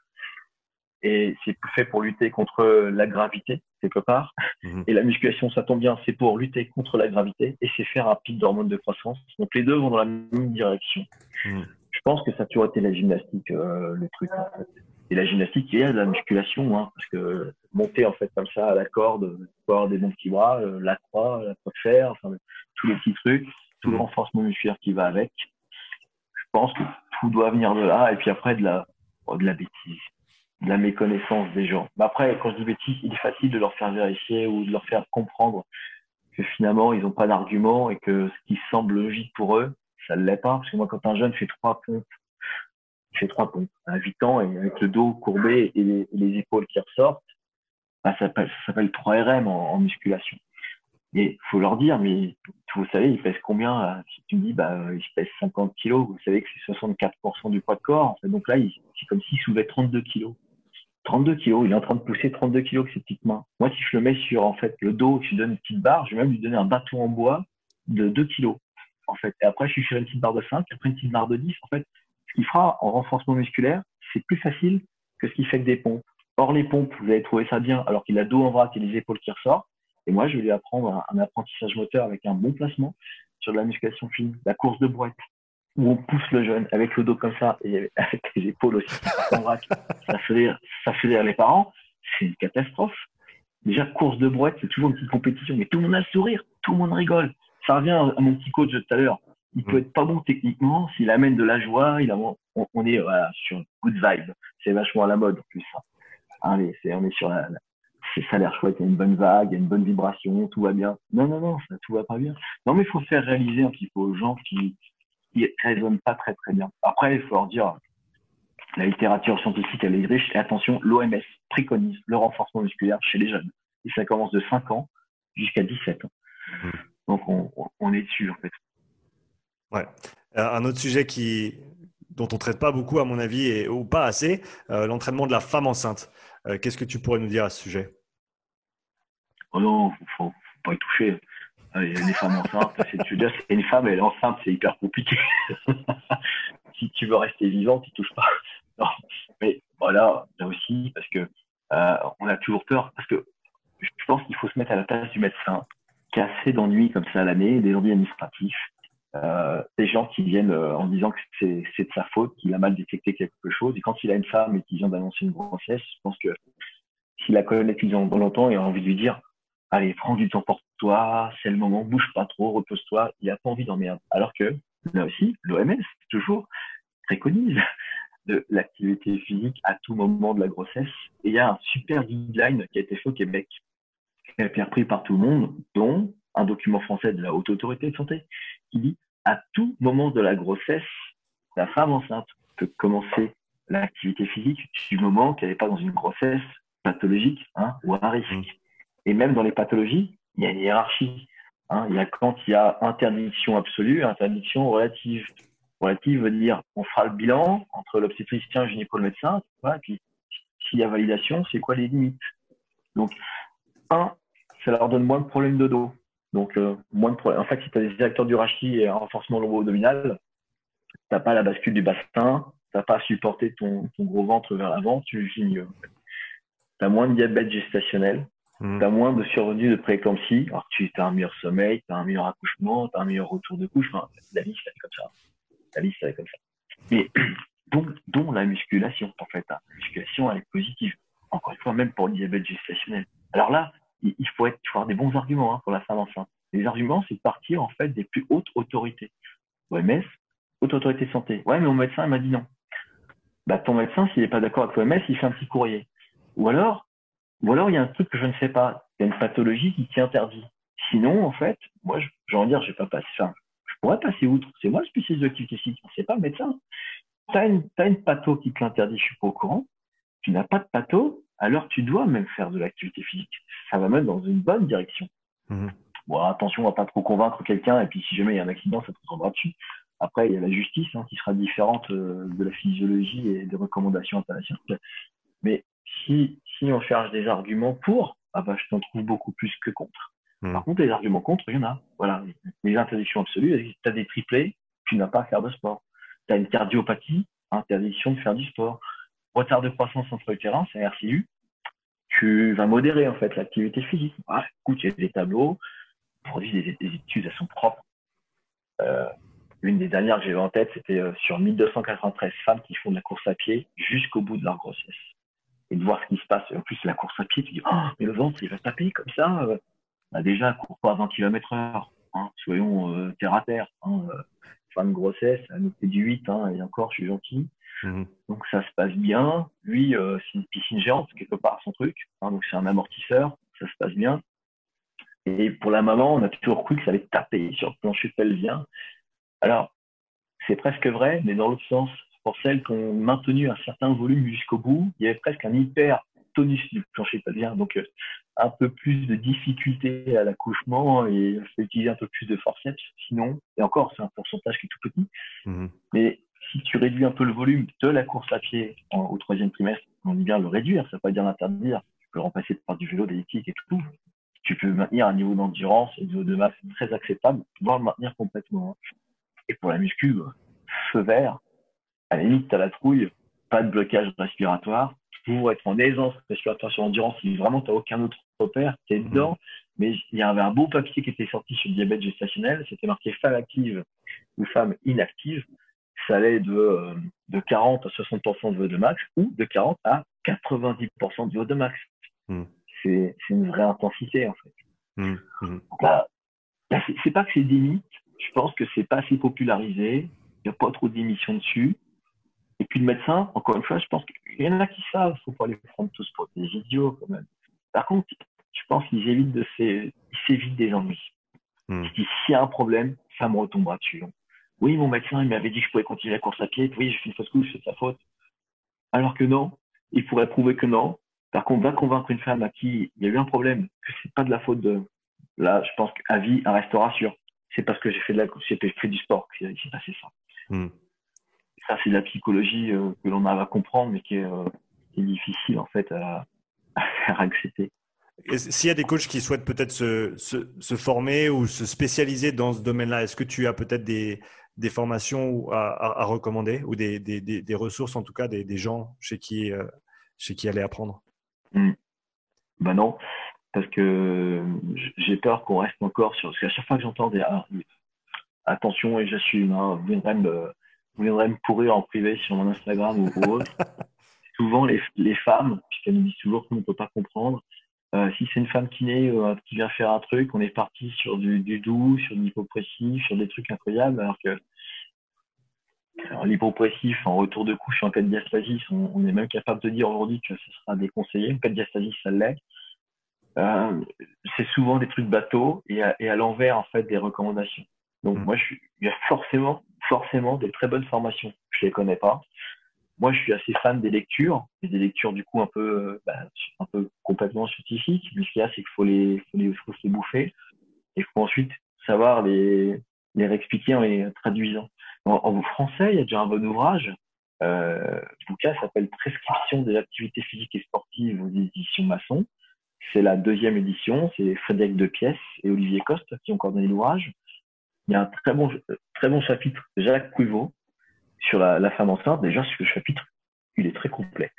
et c'est fait pour lutter contre la gravité, quelque part. Mmh. Et la musculation, ça tombe bien, c'est pour lutter contre la gravité et c'est faire un pic d'hormones de croissance. Donc les deux vont dans la même direction. Mmh. Je pense que ça a toujours été la gymnastique, euh, le truc. En fait. Et la gymnastique et la musculation, hein, parce que monter en fait comme ça à la corde, avoir des bons petits bras, euh, la croix, la croix de fer, enfin, tous les petits trucs, tout le Mmh. renforcement musculaire qui va avec. Je pense que tout doit venir de là. Et puis après, de la, oh, de la bêtise, de la méconnaissance des gens. Mais après, quand je dis bêtise, il est facile de leur faire vérifier ou de leur faire comprendre que finalement, ils n'ont pas d'argument et que ce qui semble logique pour eux, ça ne l'est pas. Parce que moi, quand un jeune fait trois pompes, il fait trois pompes à huit ans et avec le dos courbé et les, et les épaules qui ressortent, bah, ça s'appelle, ça s'appelle trois R M en, en musculation. Et il faut leur dire, mais vous savez, il pèse combien? Si tu me dis, bah, il pèse cinquante kilos, vous savez que c'est soixante-quatre pour cent du poids de corps. En fait. Donc là, il, c'est comme s'il soulevait trente-deux kilos. trente-deux kilos, il est en train de pousser trente-deux kilos avec ses petites mains. Moi, si je le mets sur en fait le dos, je lui donne une petite barre, je vais même lui donner un bâton en bois de deux kilos. En fait. Et après, je suis sur une petite barre de cinq, après une petite barre de dix. En fait, ce qu'il fera en renforcement musculaire, c'est plus facile que ce qu'il fait avec des pompes. Or, les pompes, vous allez trouver ça bien, alors qu'il a le dos en vrac et les épaules qui ressortent. Et moi, je vais lui apprendre un, un apprentissage moteur avec un bon placement sur de la musculation fine, la course de brouette, où on pousse le jeune avec le dos comme ça et avec les épaules aussi en vrac. Ça fait rire, ça fait rire les parents. C'est une catastrophe. Déjà, course de brouette, c'est toujours une petite compétition, mais tout le monde a le sourire, tout le monde rigole. Ça revient à mon petit coach de tout à l'heure. Il peut Mhm. être pas bon techniquement, s'il amène de la joie, il a, on, on est voilà, sur une good vibe. C'est vachement à la mode en plus. Hein. Allez, c'est, on est sur la, la- c'est, ça a l'air chouette, il y a une bonne vague, il y a une bonne vibration, tout va bien. Non, non, non, ça tout va pas bien. Non, mais il faut faire réaliser un petit peu aux gens qui, qui raisonnent pas très très bien. Après, il faut leur dire, la littérature scientifique, elle est riche. Et attention, l'O M S préconise le renforcement musculaire chez les jeunes. Et ça commence de cinq ans jusqu'à dix-sept ans. Mhm. Donc, on, on est dessus, en fait. Ouais. Euh, Un autre sujet qui, dont on traite pas beaucoup, à mon avis, et, ou pas assez, euh, l'entraînement de la femme enceinte. Euh, qu'est-ce que tu pourrais nous dire à ce sujet? Oh non, faut, faut, faut pas y toucher. Allez, les femmes enceintes, c'est, tu veux dire, c'est une femme, elle est enceinte, c'est hyper compliqué. Si tu veux rester vivante, tu touches pas. Non. Mais voilà, là aussi, parce que euh, on a toujours peur, parce que je pense qu'il faut se mettre à la place du médecin qui a assez d'ennuis comme ça à l'année, des ennuis administratifs, euh, des gens qui viennent euh, en disant que c'est, c'est de sa faute, qu'il a mal détecté quelque chose. Et quand il a une femme et qu'il vient d'annoncer une grossesse, je pense que s'il la connaît depuis longtemps, il a envie de lui dire, allez, prends du temps pour toi, c'est le moment, bouge pas trop, repose-toi. Il n'a pas envie d'emmerder. Alors que là aussi, l'O M S, toujours, préconise de l'activité physique à tout moment de la grossesse. Et il y a un super guideline qui a été fait au Québec, qui a été repris par tout le monde, dont un document français de la Haute Autorité de Santé, qui dit à tout moment de la grossesse, la femme enceinte peut commencer l'activité physique du moment qu'elle n'est pas dans une grossesse pathologique, hein, ou à Mhm. risque. Et même dans les pathologies, il y a une hiérarchie. Hein. Il y a quand il y a interdiction absolue, interdiction relative. Relative veut dire on fera le bilan entre l'obstétricien, le gynéco, le médecin, voilà, et puis s'il y a validation, c'est quoi les limites. Donc, un, ça leur donne moins de problèmes de dos. Donc, euh, moins de problèmes. En fait, si tu as des acteurs du rachis et un renforcement lombo-abdominal, tu n'as pas la bascule du bassin, tu n'as pas à supporter ton, ton gros ventre vers l'avant, tu vis mieux. Tu as moins de diabète gestationnel, tu as Mhm. moins de survenue de prééclampsie. Alors, tu as un meilleur sommeil, tu as un meilleur accouchement, tu as un meilleur retour de couche. Enfin, la liste, elle est comme ça. La liste, elle est comme ça. Mais dont, dont la musculation, en fait. La musculation, elle est positive. Encore une fois, même pour le diabète gestationnel. Alors là, il, il faut, être, il faut avoir des bons arguments hein, pour la femme enceinte. Les arguments, c'est de partir en fait des plus hautes autorités. O M S, Haute Autorité de Santé. Ouais, mais mon médecin, il m'a dit non. Bah, ton médecin, s'il n'est pas d'accord avec l'O M S, il fait un petit courrier. Ou alors, ou alors, il y a un truc que je ne sais pas. Il y a une pathologie qui t'y interdit. Sinon, en fait, moi, je, j'ai envie de dire, je vais pas passer ça. Je pourrais passer outre. C'est moi le spécialiste de l'activité physique. C'est pas le médecin. Tu as une, t'as une patho qui te l'interdit, je suis pas au courant. Tu n'as pas de patho, alors tu dois même faire de l'activité physique. Ça va mettre dans une bonne direction. Mhm. Bon, attention, on va pas trop convaincre quelqu'un, et puis si jamais il y a un accident, ça te tombera dessus. Après, il y a la justice hein, qui sera différente euh, de la physiologie et des recommandations internationales. Mais si, si on cherche des arguments pour, ah bah, je t'en trouve beaucoup plus que contre. Par Mhm. contre, les arguments contre, il y en a. Voilà. Les interdictions absolues, tu as des triplés, tu n'as pas à faire de sport. Tu as une cardiopathie, interdiction de faire du sport. Retard de croissance intra-utérin, c'est un R C U. Tu vas modérer en fait l'activité physique. Ah, écoute, il y a des tableaux, produit des, des études, elles sont propres. Euh, L'une des dernières que j'avais en tête, c'était euh, sur mille deux cent quatre-vingt-treize femmes qui font de la course à pied jusqu'au bout de leur grossesse. Et de voir ce qui se passe. Et en plus, la course à pied, tu dis, oh, mais le ventre, il va taper comme ça. Euh, bah, déjà, cours pas à vingt kilomètres heure. Hein, soyons euh, terre à terre. Hein, euh, fin de grossesse, à nous fait du huit, hein, et encore, je suis gentil. Mhm. Donc ça se passe bien. Lui, euh, c'est une piscine géante, quelque part, son truc. Hein, donc c'est un amortisseur, ça se passe bien. Et pour la maman, on a toujours cru que ça allait taper sur le plancher pelvien. Alors, c'est presque vrai, mais dans l'autre sens, pour celles qui ont maintenu un certain volume jusqu'au bout, il y avait presque un hyper tonus du plancher pelvien, donc euh, un peu plus de difficulté à l'accouchement et il faut utiliser un peu plus de forceps, sinon, et encore, c'est un pourcentage qui est tout petit, Mhm. mais si tu réduis un peu le volume de la course à pied en, au troisième trimestre, on dit bien le réduire, ça ne veut pas dire l'interdire, tu peux le remplacer par du vélo, d'elliptique et tout, tu peux maintenir un niveau d'endurance et un niveau de masse très acceptable, voire le maintenir complètement. Et pour la muscu, feu vert, à la limite, tu as la trouille, pas de blocage respiratoire, pour être en aisance respiratoire sur l'endurance, si vraiment tu n'as aucun autre repère, tu es Mhm. dedans. Mais il y avait un beau papier qui était sorti sur le diabète gestationnel, c'était marqué femme active ou femme inactive. Ça allait de, euh, de quarante à soixante pour cent de V O deux max ou de quarante à quatre-vingt-dix pour cent de V O deux max. Mhm. C'est, c'est une vraie intensité en fait. Mhm. Mhm. Donc là, là c'est, c'est pas que c'est des mythes, je pense que c'est pas assez popularisé. Il n'y a pas trop d'émissions dessus. Et puis le médecin, encore une fois, je pense qu'il y en a qui savent. Il ne faut pas les prendre tous pour des idiots quand même. Par contre, je pense qu'ils évitent de s'é- ils s'évitent des ennuis. Hmm. S'il y a un problème, ça me retombera dessus. Oui, mon médecin, il m'avait dit que je pouvais continuer la course à pied. Oui, j'ai fait une fausse couche, c'est de sa faute. Alors que non, il pourrait prouver que non. Par contre, va convaincre une femme à qui il y a eu un problème, que c'est pas de la faute de. Là, je pense qu'à vie, elle restera sûre. C'est parce que j'ai fait de la, j'ai fait du sport qu'il s'est passé ça. Hmm. Ça, c'est de la psychologie euh, que l'on arrive à comprendre, mais qui est, euh, qui est difficile en fait à, à faire accepter. Et s'il y a des coachs qui souhaitent peut-être se, se, se former ou se spécialiser dans ce domaine-là, est-ce que tu as peut-être des, des formations à, à, à recommander ou des, des, des, des ressources, en tout cas des, des gens chez qui, euh, chez qui aller apprendre? Hmm. Ben non, parce que j'ai peur qu'on reste encore sur. Parce qu'à chaque fois que j'entends des ah, attention et j'assume, hein, vous viendrez me, vous viendrez me pourrir en privé sur mon Instagram ou, ou autre. Souvent les, les femmes, puisqu'elles nous disent toujours qu'on ne peut pas comprendre. Euh, si c'est une femme kiné euh, qui vient faire un truc, on est parti sur du, du doux, sur de l'hypopressif, sur des trucs incroyables, alors que alors, l'hypopressif en retour de couche en cas de diastasis, on, on est même capable de dire aujourd'hui que ce sera déconseillé. En cas de diastasis, ça l'est. Euh, c'est souvent des trucs bateaux et à, et à l'envers en fait des recommandations. Donc Hmm. moi, je suis, il y a forcément, forcément des très bonnes formations. Je les connais pas. Moi, je suis assez fan des lectures, et des lectures du coup un peu, euh, bah, un peu complètement scientifiques. Mais ce qu'il y a, c'est qu'il faut les, faut les, faut se les bouffer. Et il faut ensuite savoir les, les réexpliquer en les traduisant. En, en français, il y a déjà un bon ouvrage. Euh, le bouquin s'appelle Prescription des activités physiques et sportives aux éditions Masson. C'est la deuxième édition. C'est Frédéric Depièce et Olivier Coste qui ont coordonné l'ouvrage. Il y a un très bon, très bon chapitre de Jacques Prouveau sur la, la femme enceinte. Déjà, ce chapitre, il est très complet.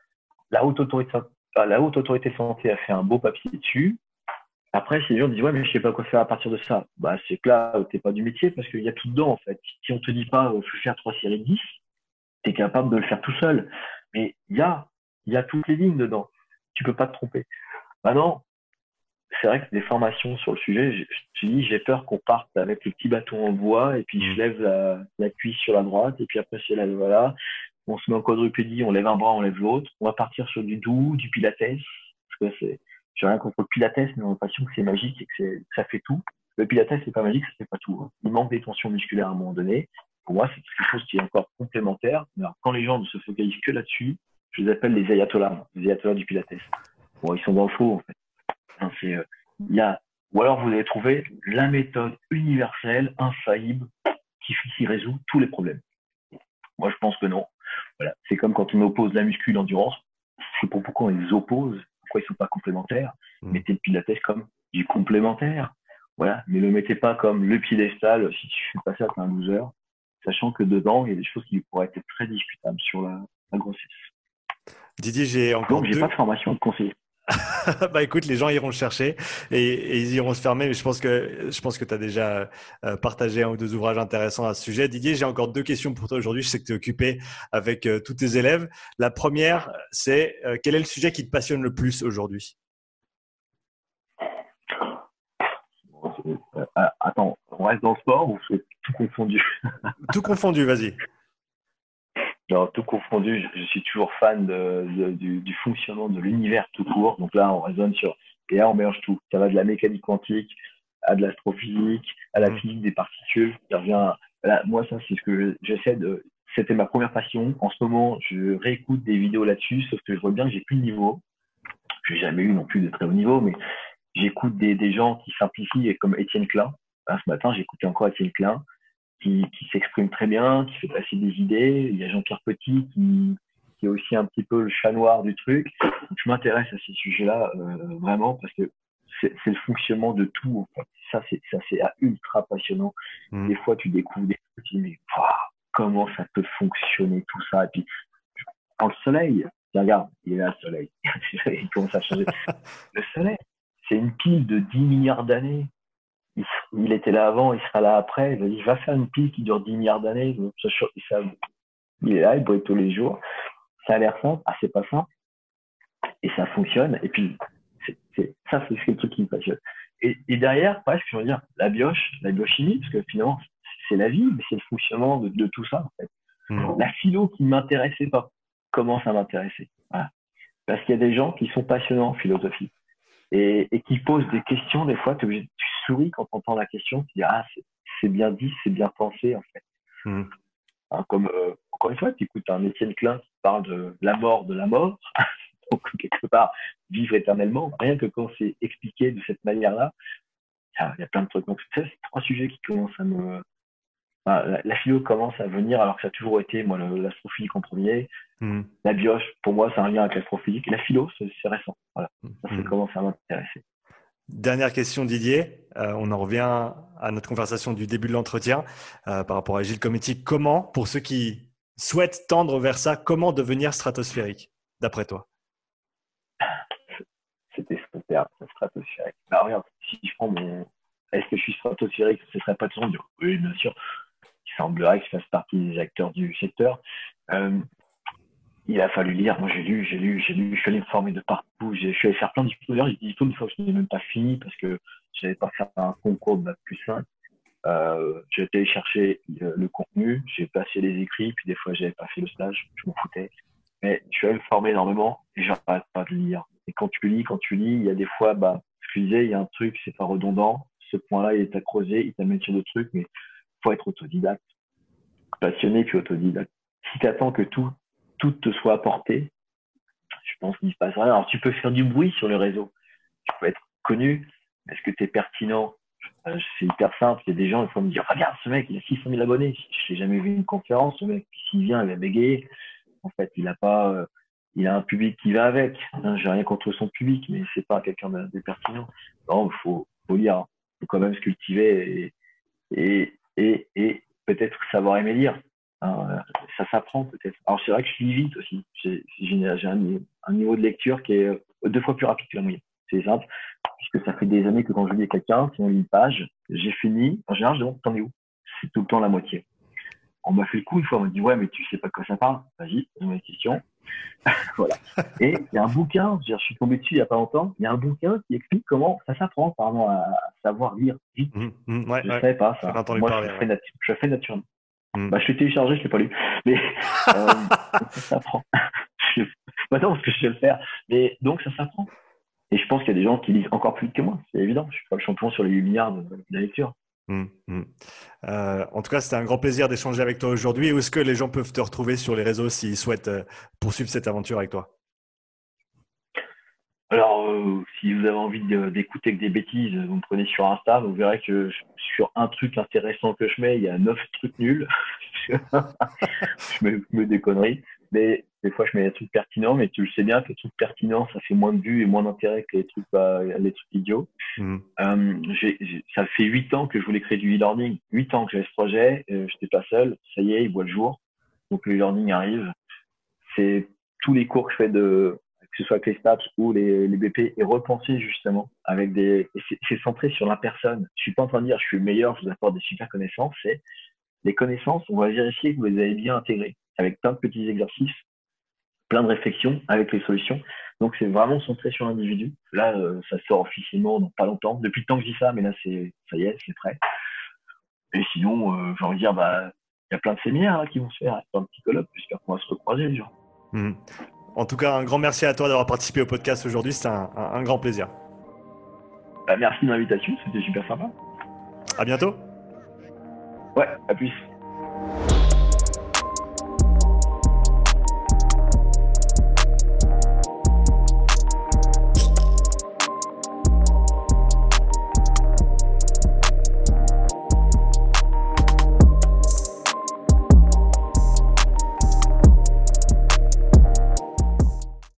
La haute autorité, la haute autorité de santé a fait un beau papier dessus. Après, si les gens disent ouais, mais je sais pas quoi faire à partir de ça, bah c'est que là, t'es pas du métier parce qu'il y a tout dedans en fait. Si on te dit pas euh, faut faire trois séries de dix, t'es capable de le faire tout seul. Mais il y a, il y a toutes les lignes dedans. Tu peux pas te tromper. Maintenant, c'est vrai que des formations sur le sujet, je, je dis j'ai peur qu'on parte avec le petit bâton en bois et puis Hmm. je lève la, la cuisse sur la droite et puis après c'est là voilà, on se met en quadrupédie, on lève un bras, on lève l'autre, on va partir sur du doux, du pilates, parce que c'est, j'ai rien contre le pilates, mais on a l'impression que c'est magique et que, c'est, que ça fait tout. Le pilates c'est pas magique, ça fait pas tout. Hein. Il manque des tensions musculaires à un moment donné. Pour moi, c'est quelque chose qui est encore complémentaire. Mais alors, quand les gens ne se focalisent que là-dessus, je les appelle les ayatollahs, les ayatollahs du pilates. Bon, ils sont dans le faux en fait. Hein, c'est, euh, il y a, ou alors vous allez trouver la méthode universelle, infaillible, qui, qui résout tous les problèmes. Moi, je pense que non. Voilà. C'est comme quand on oppose la muscu et l'endurance. Je sais pas pourquoi on les oppose, pourquoi ils sont pas complémentaires. Hmm. Mettez le pilates comme du complémentaire. Voilà. Mais le mettez pas comme le piédestal. Si tu fais pas ça, t'es un loser. Sachant que dedans, il y a des choses qui pourraient être très discutables sur la, la grossesse. Didier, j'ai encore Donc, j'ai deux. pas de formation de conseiller. Bah écoute, les gens iront le chercher et, et ils iront se fermer. Mais je pense que je pense que tu as déjà euh, partagé un ou deux ouvrages intéressants à ce sujet. Didier, j'ai encore deux questions pour toi aujourd'hui. Je sais que tu es occupé avec euh, tous tes élèves. La première, c'est euh, quel est le sujet qui te passionne le plus aujourd'hui? Bon, euh, ah, attends, on reste dans le sport ou c'est tout confondu? Tout confondu, vas-y. Non, tout confondu, je, je suis toujours fan de, de, du, du fonctionnement de l'univers tout court. Donc là, on raisonne sur. Et là, on mélange tout. Ça va de la mécanique quantique à de l'astrophysique, à la Mhm. physique des particules. Ça revient. Voilà, moi, ça, c'est ce que j'essaie de. C'était ma première passion. En ce moment, je réécoute des vidéos là-dessus, sauf que je vois bien que j'ai plus de niveau. Je n'ai jamais eu non plus de très haut niveau, mais j'écoute des, des gens qui simplifient, comme Étienne Klein. Hein, ce matin, j'ai écouté encore Étienne Klein qui, qui s'exprime très bien, qui fait passer des idées. Il y a Jean-Pierre Petit qui, qui est aussi un petit peu le chat noir du truc. Donc, je m'intéresse à ces sujets-là euh, vraiment parce que c'est, c'est le fonctionnement de tout. En fait. Ça, c'est, ça, c'est ultra passionnant. Mhm. Des fois, tu découvres des trucs, tu te dis, mais wow, comment ça peut fonctionner tout ça. Et puis, quand le soleil, tiens, regarde, il est là le soleil. Il commence à changer. Le soleil, c'est une pile de dix milliards d'années. Il, il était là avant, il sera là après. Il va, il va faire une pile qui dure dix milliards d'années. Ça, ça, il est là, il brille tous les jours. Ça a l'air simple. Ah, c'est pas simple. Et ça fonctionne. Et puis, c'est, c'est, ça, c'est le truc qui me passionne. et, et derrière, presque, je veux dire, la bioche, la biochimie, parce que finalement, c'est la vie, mais c'est le fonctionnement de, de tout ça, en fait. Mmh. La philo qui ne m'intéressait pas commence à m'intéresser. Voilà. Parce qu'il y a des gens qui sont passionnants en philosophie et, et qui posent des questions, des fois, tu souris quand tu entends la question, tu dis, ah, c'est, c'est bien dit, c'est bien pensé, en fait. Mmh. Hein, comme, euh, encore une fois, tu écoutes un Étienne Klein qui parle de la mort de la mort, donc quelque part, vivre éternellement, rien que quand c'est expliqué de cette manière-là, il y a plein de trucs. Donc, ça, c'est trois sujets qui commencent à me. Enfin, la, la philo commence à venir, alors que ça a toujours été, moi, le, l'astrophysique en premier. Mmh. La bioche, pour moi, c'est un lien avec l'astrophysique. La philo, c'est, c'est récent. Voilà. Ça, ça Mmh. commence à m'intéresser. Dernière question, Didier. Euh, on en revient à notre conversation du début de l'entretien euh, par rapport à Agile Committee. Comment, pour ceux qui souhaitent tendre vers ça, comment devenir stratosphérique, d'après toi? C'était son terme, stratosphérique. Bah, regarde, si je prends mon. Est-ce que je suis stratosphérique? Ce serait pas de son dire oui, bien sûr. Il semblerait que je fasse partie des acteurs du secteur. Euh, il a fallu lire. Moi, j'ai lu, j'ai lu, j'ai lu. Je suis allé me former de partout. J'ai, je suis allé faire plein de diplômes. D'ailleurs, j'ai des diplômes, une fois que je n'ai même pas fini parce que je n'avais pas fait un concours de bac plus cinq. Euh, j'ai été chercher le, le contenu, j'ai passé les écrits, puis des fois, j'avais pas fait le stage. Je m'en foutais. Mais je suis allé me former énormément et j'arrête pas de lire. Et quand tu lis, quand tu lis, il y a des fois, bah, je disais, il y a un truc, c'est pas redondant. Ce point-là, il est à creuser, il t'amène sur d'autres trucs, mais faut être autodidacte, passionné puis autodidacte. Si tu attends que tout, tout te soit apporté, je pense qu'il se passe rien. Alors, tu peux faire du bruit sur les réseaux, tu peux être connu, mais est-ce que tu es pertinent? Euh, C'est hyper simple. Il y a des gens, il faut me dire, regarde, ce mec, il a six cent mille abonnés. Je n'ai jamais vu une conférence, ce mec. Puis s'il vient, il va bégayer. En fait, il a pas, euh, il a un public qui va avec. Hein, j'ai rien contre son public, mais c'est pas quelqu'un de, de pertinent. Non, il faut, faut lire. Il faut quand même se cultiver et, et, et, et peut-être savoir aimer lire. Hein, ça s'apprend peut-être. Alors c'est vrai que je lis vite aussi. J'ai, j'ai, j'ai un, un niveau de lecture qui est deux fois plus rapide que la moyenne. C'est simple, puisque ça fait des années que quand je lis à quelqu'un, si on lit une page, j'ai fini. En général, je demande t'en es où? C'est tout le temps la moitié. On m'a fait le coup une fois, on m'a dit ouais, mais tu sais pas de quoi ça parle. Vas-y, pose-moi une question. Voilà. Et il y a un bouquin, je suis tombé dessus il y a pas longtemps. Il y a un bouquin qui explique comment ça s'apprend, apparemment, à savoir lire vite. Mmh, mmh, ouais, Je ne ouais. savais pas J'en ai ça. entendu Moi, parler. je fais, Ouais. natu- je fais naturellement. Mmh. Bah, je l'ai téléchargé, je l'ai pas lu. Mais euh, ça s'apprend. Pas tant parce que je sais le faire, mais donc ça s'apprend. Et je pense qu'il y a des gens qui lisent encore plus vite que moi, c'est évident. Je suis pas le champion sur les huit milliards de, de la lecture. Mmh, mmh. Euh, en tout cas, c'était un grand plaisir d'échanger avec toi aujourd'hui. Où est-ce que les gens peuvent te retrouver sur les réseaux s'ils souhaitent euh, poursuivre cette aventure avec toi? Alors, euh, si vous avez envie de, d'écouter que des bêtises, vous me prenez sur Insta, vous verrez que je- sur un truc intéressant que je mets, il y a neuf trucs nuls. je mets, je mets des conneries. Mais des fois, je mets des trucs pertinents, mais tu le sais bien que les trucs pertinents, ça fait moins de vues et moins d'intérêt que les trucs, bah, les trucs idiots. Mmh. Euh, j'ai, j'ai- ça fait huit ans que je voulais créer du e-learning. Huit ans que j'avais ce projet, euh, je n'étais pas seul. Ça y est, il voit le jour. Donc le e-learning arrive. C'est tous les cours que je fais de, que ce soit avec les stats ou les, les B P, et repensé justement avec des, et c'est, c'est centré sur la personne. Je suis pas en train de dire je suis le meilleur, je vous apporte des super connaissances. C'est les connaissances, on va vérifier que vous les avez bien intégrées avec plein de petits exercices, plein de réflexions avec les solutions. Donc c'est vraiment centré sur l'individu. Là, euh, ça sort officiellement dans pas longtemps. Depuis le temps que je dis ça, mais là c'est, ça y est, c'est prêt. Et sinon, euh, j'ai envie de dire, bah, il y a plein de séminaires là, qui vont se faire, plein de petits colloques. J'espère qu'on va se recroiser les gens. Mmh. En tout cas, un grand merci à toi d'avoir participé au podcast aujourd'hui. C'était un, un, un grand plaisir. Bah, merci de l'invitation, c'était super sympa. À bientôt. Ouais, à plus.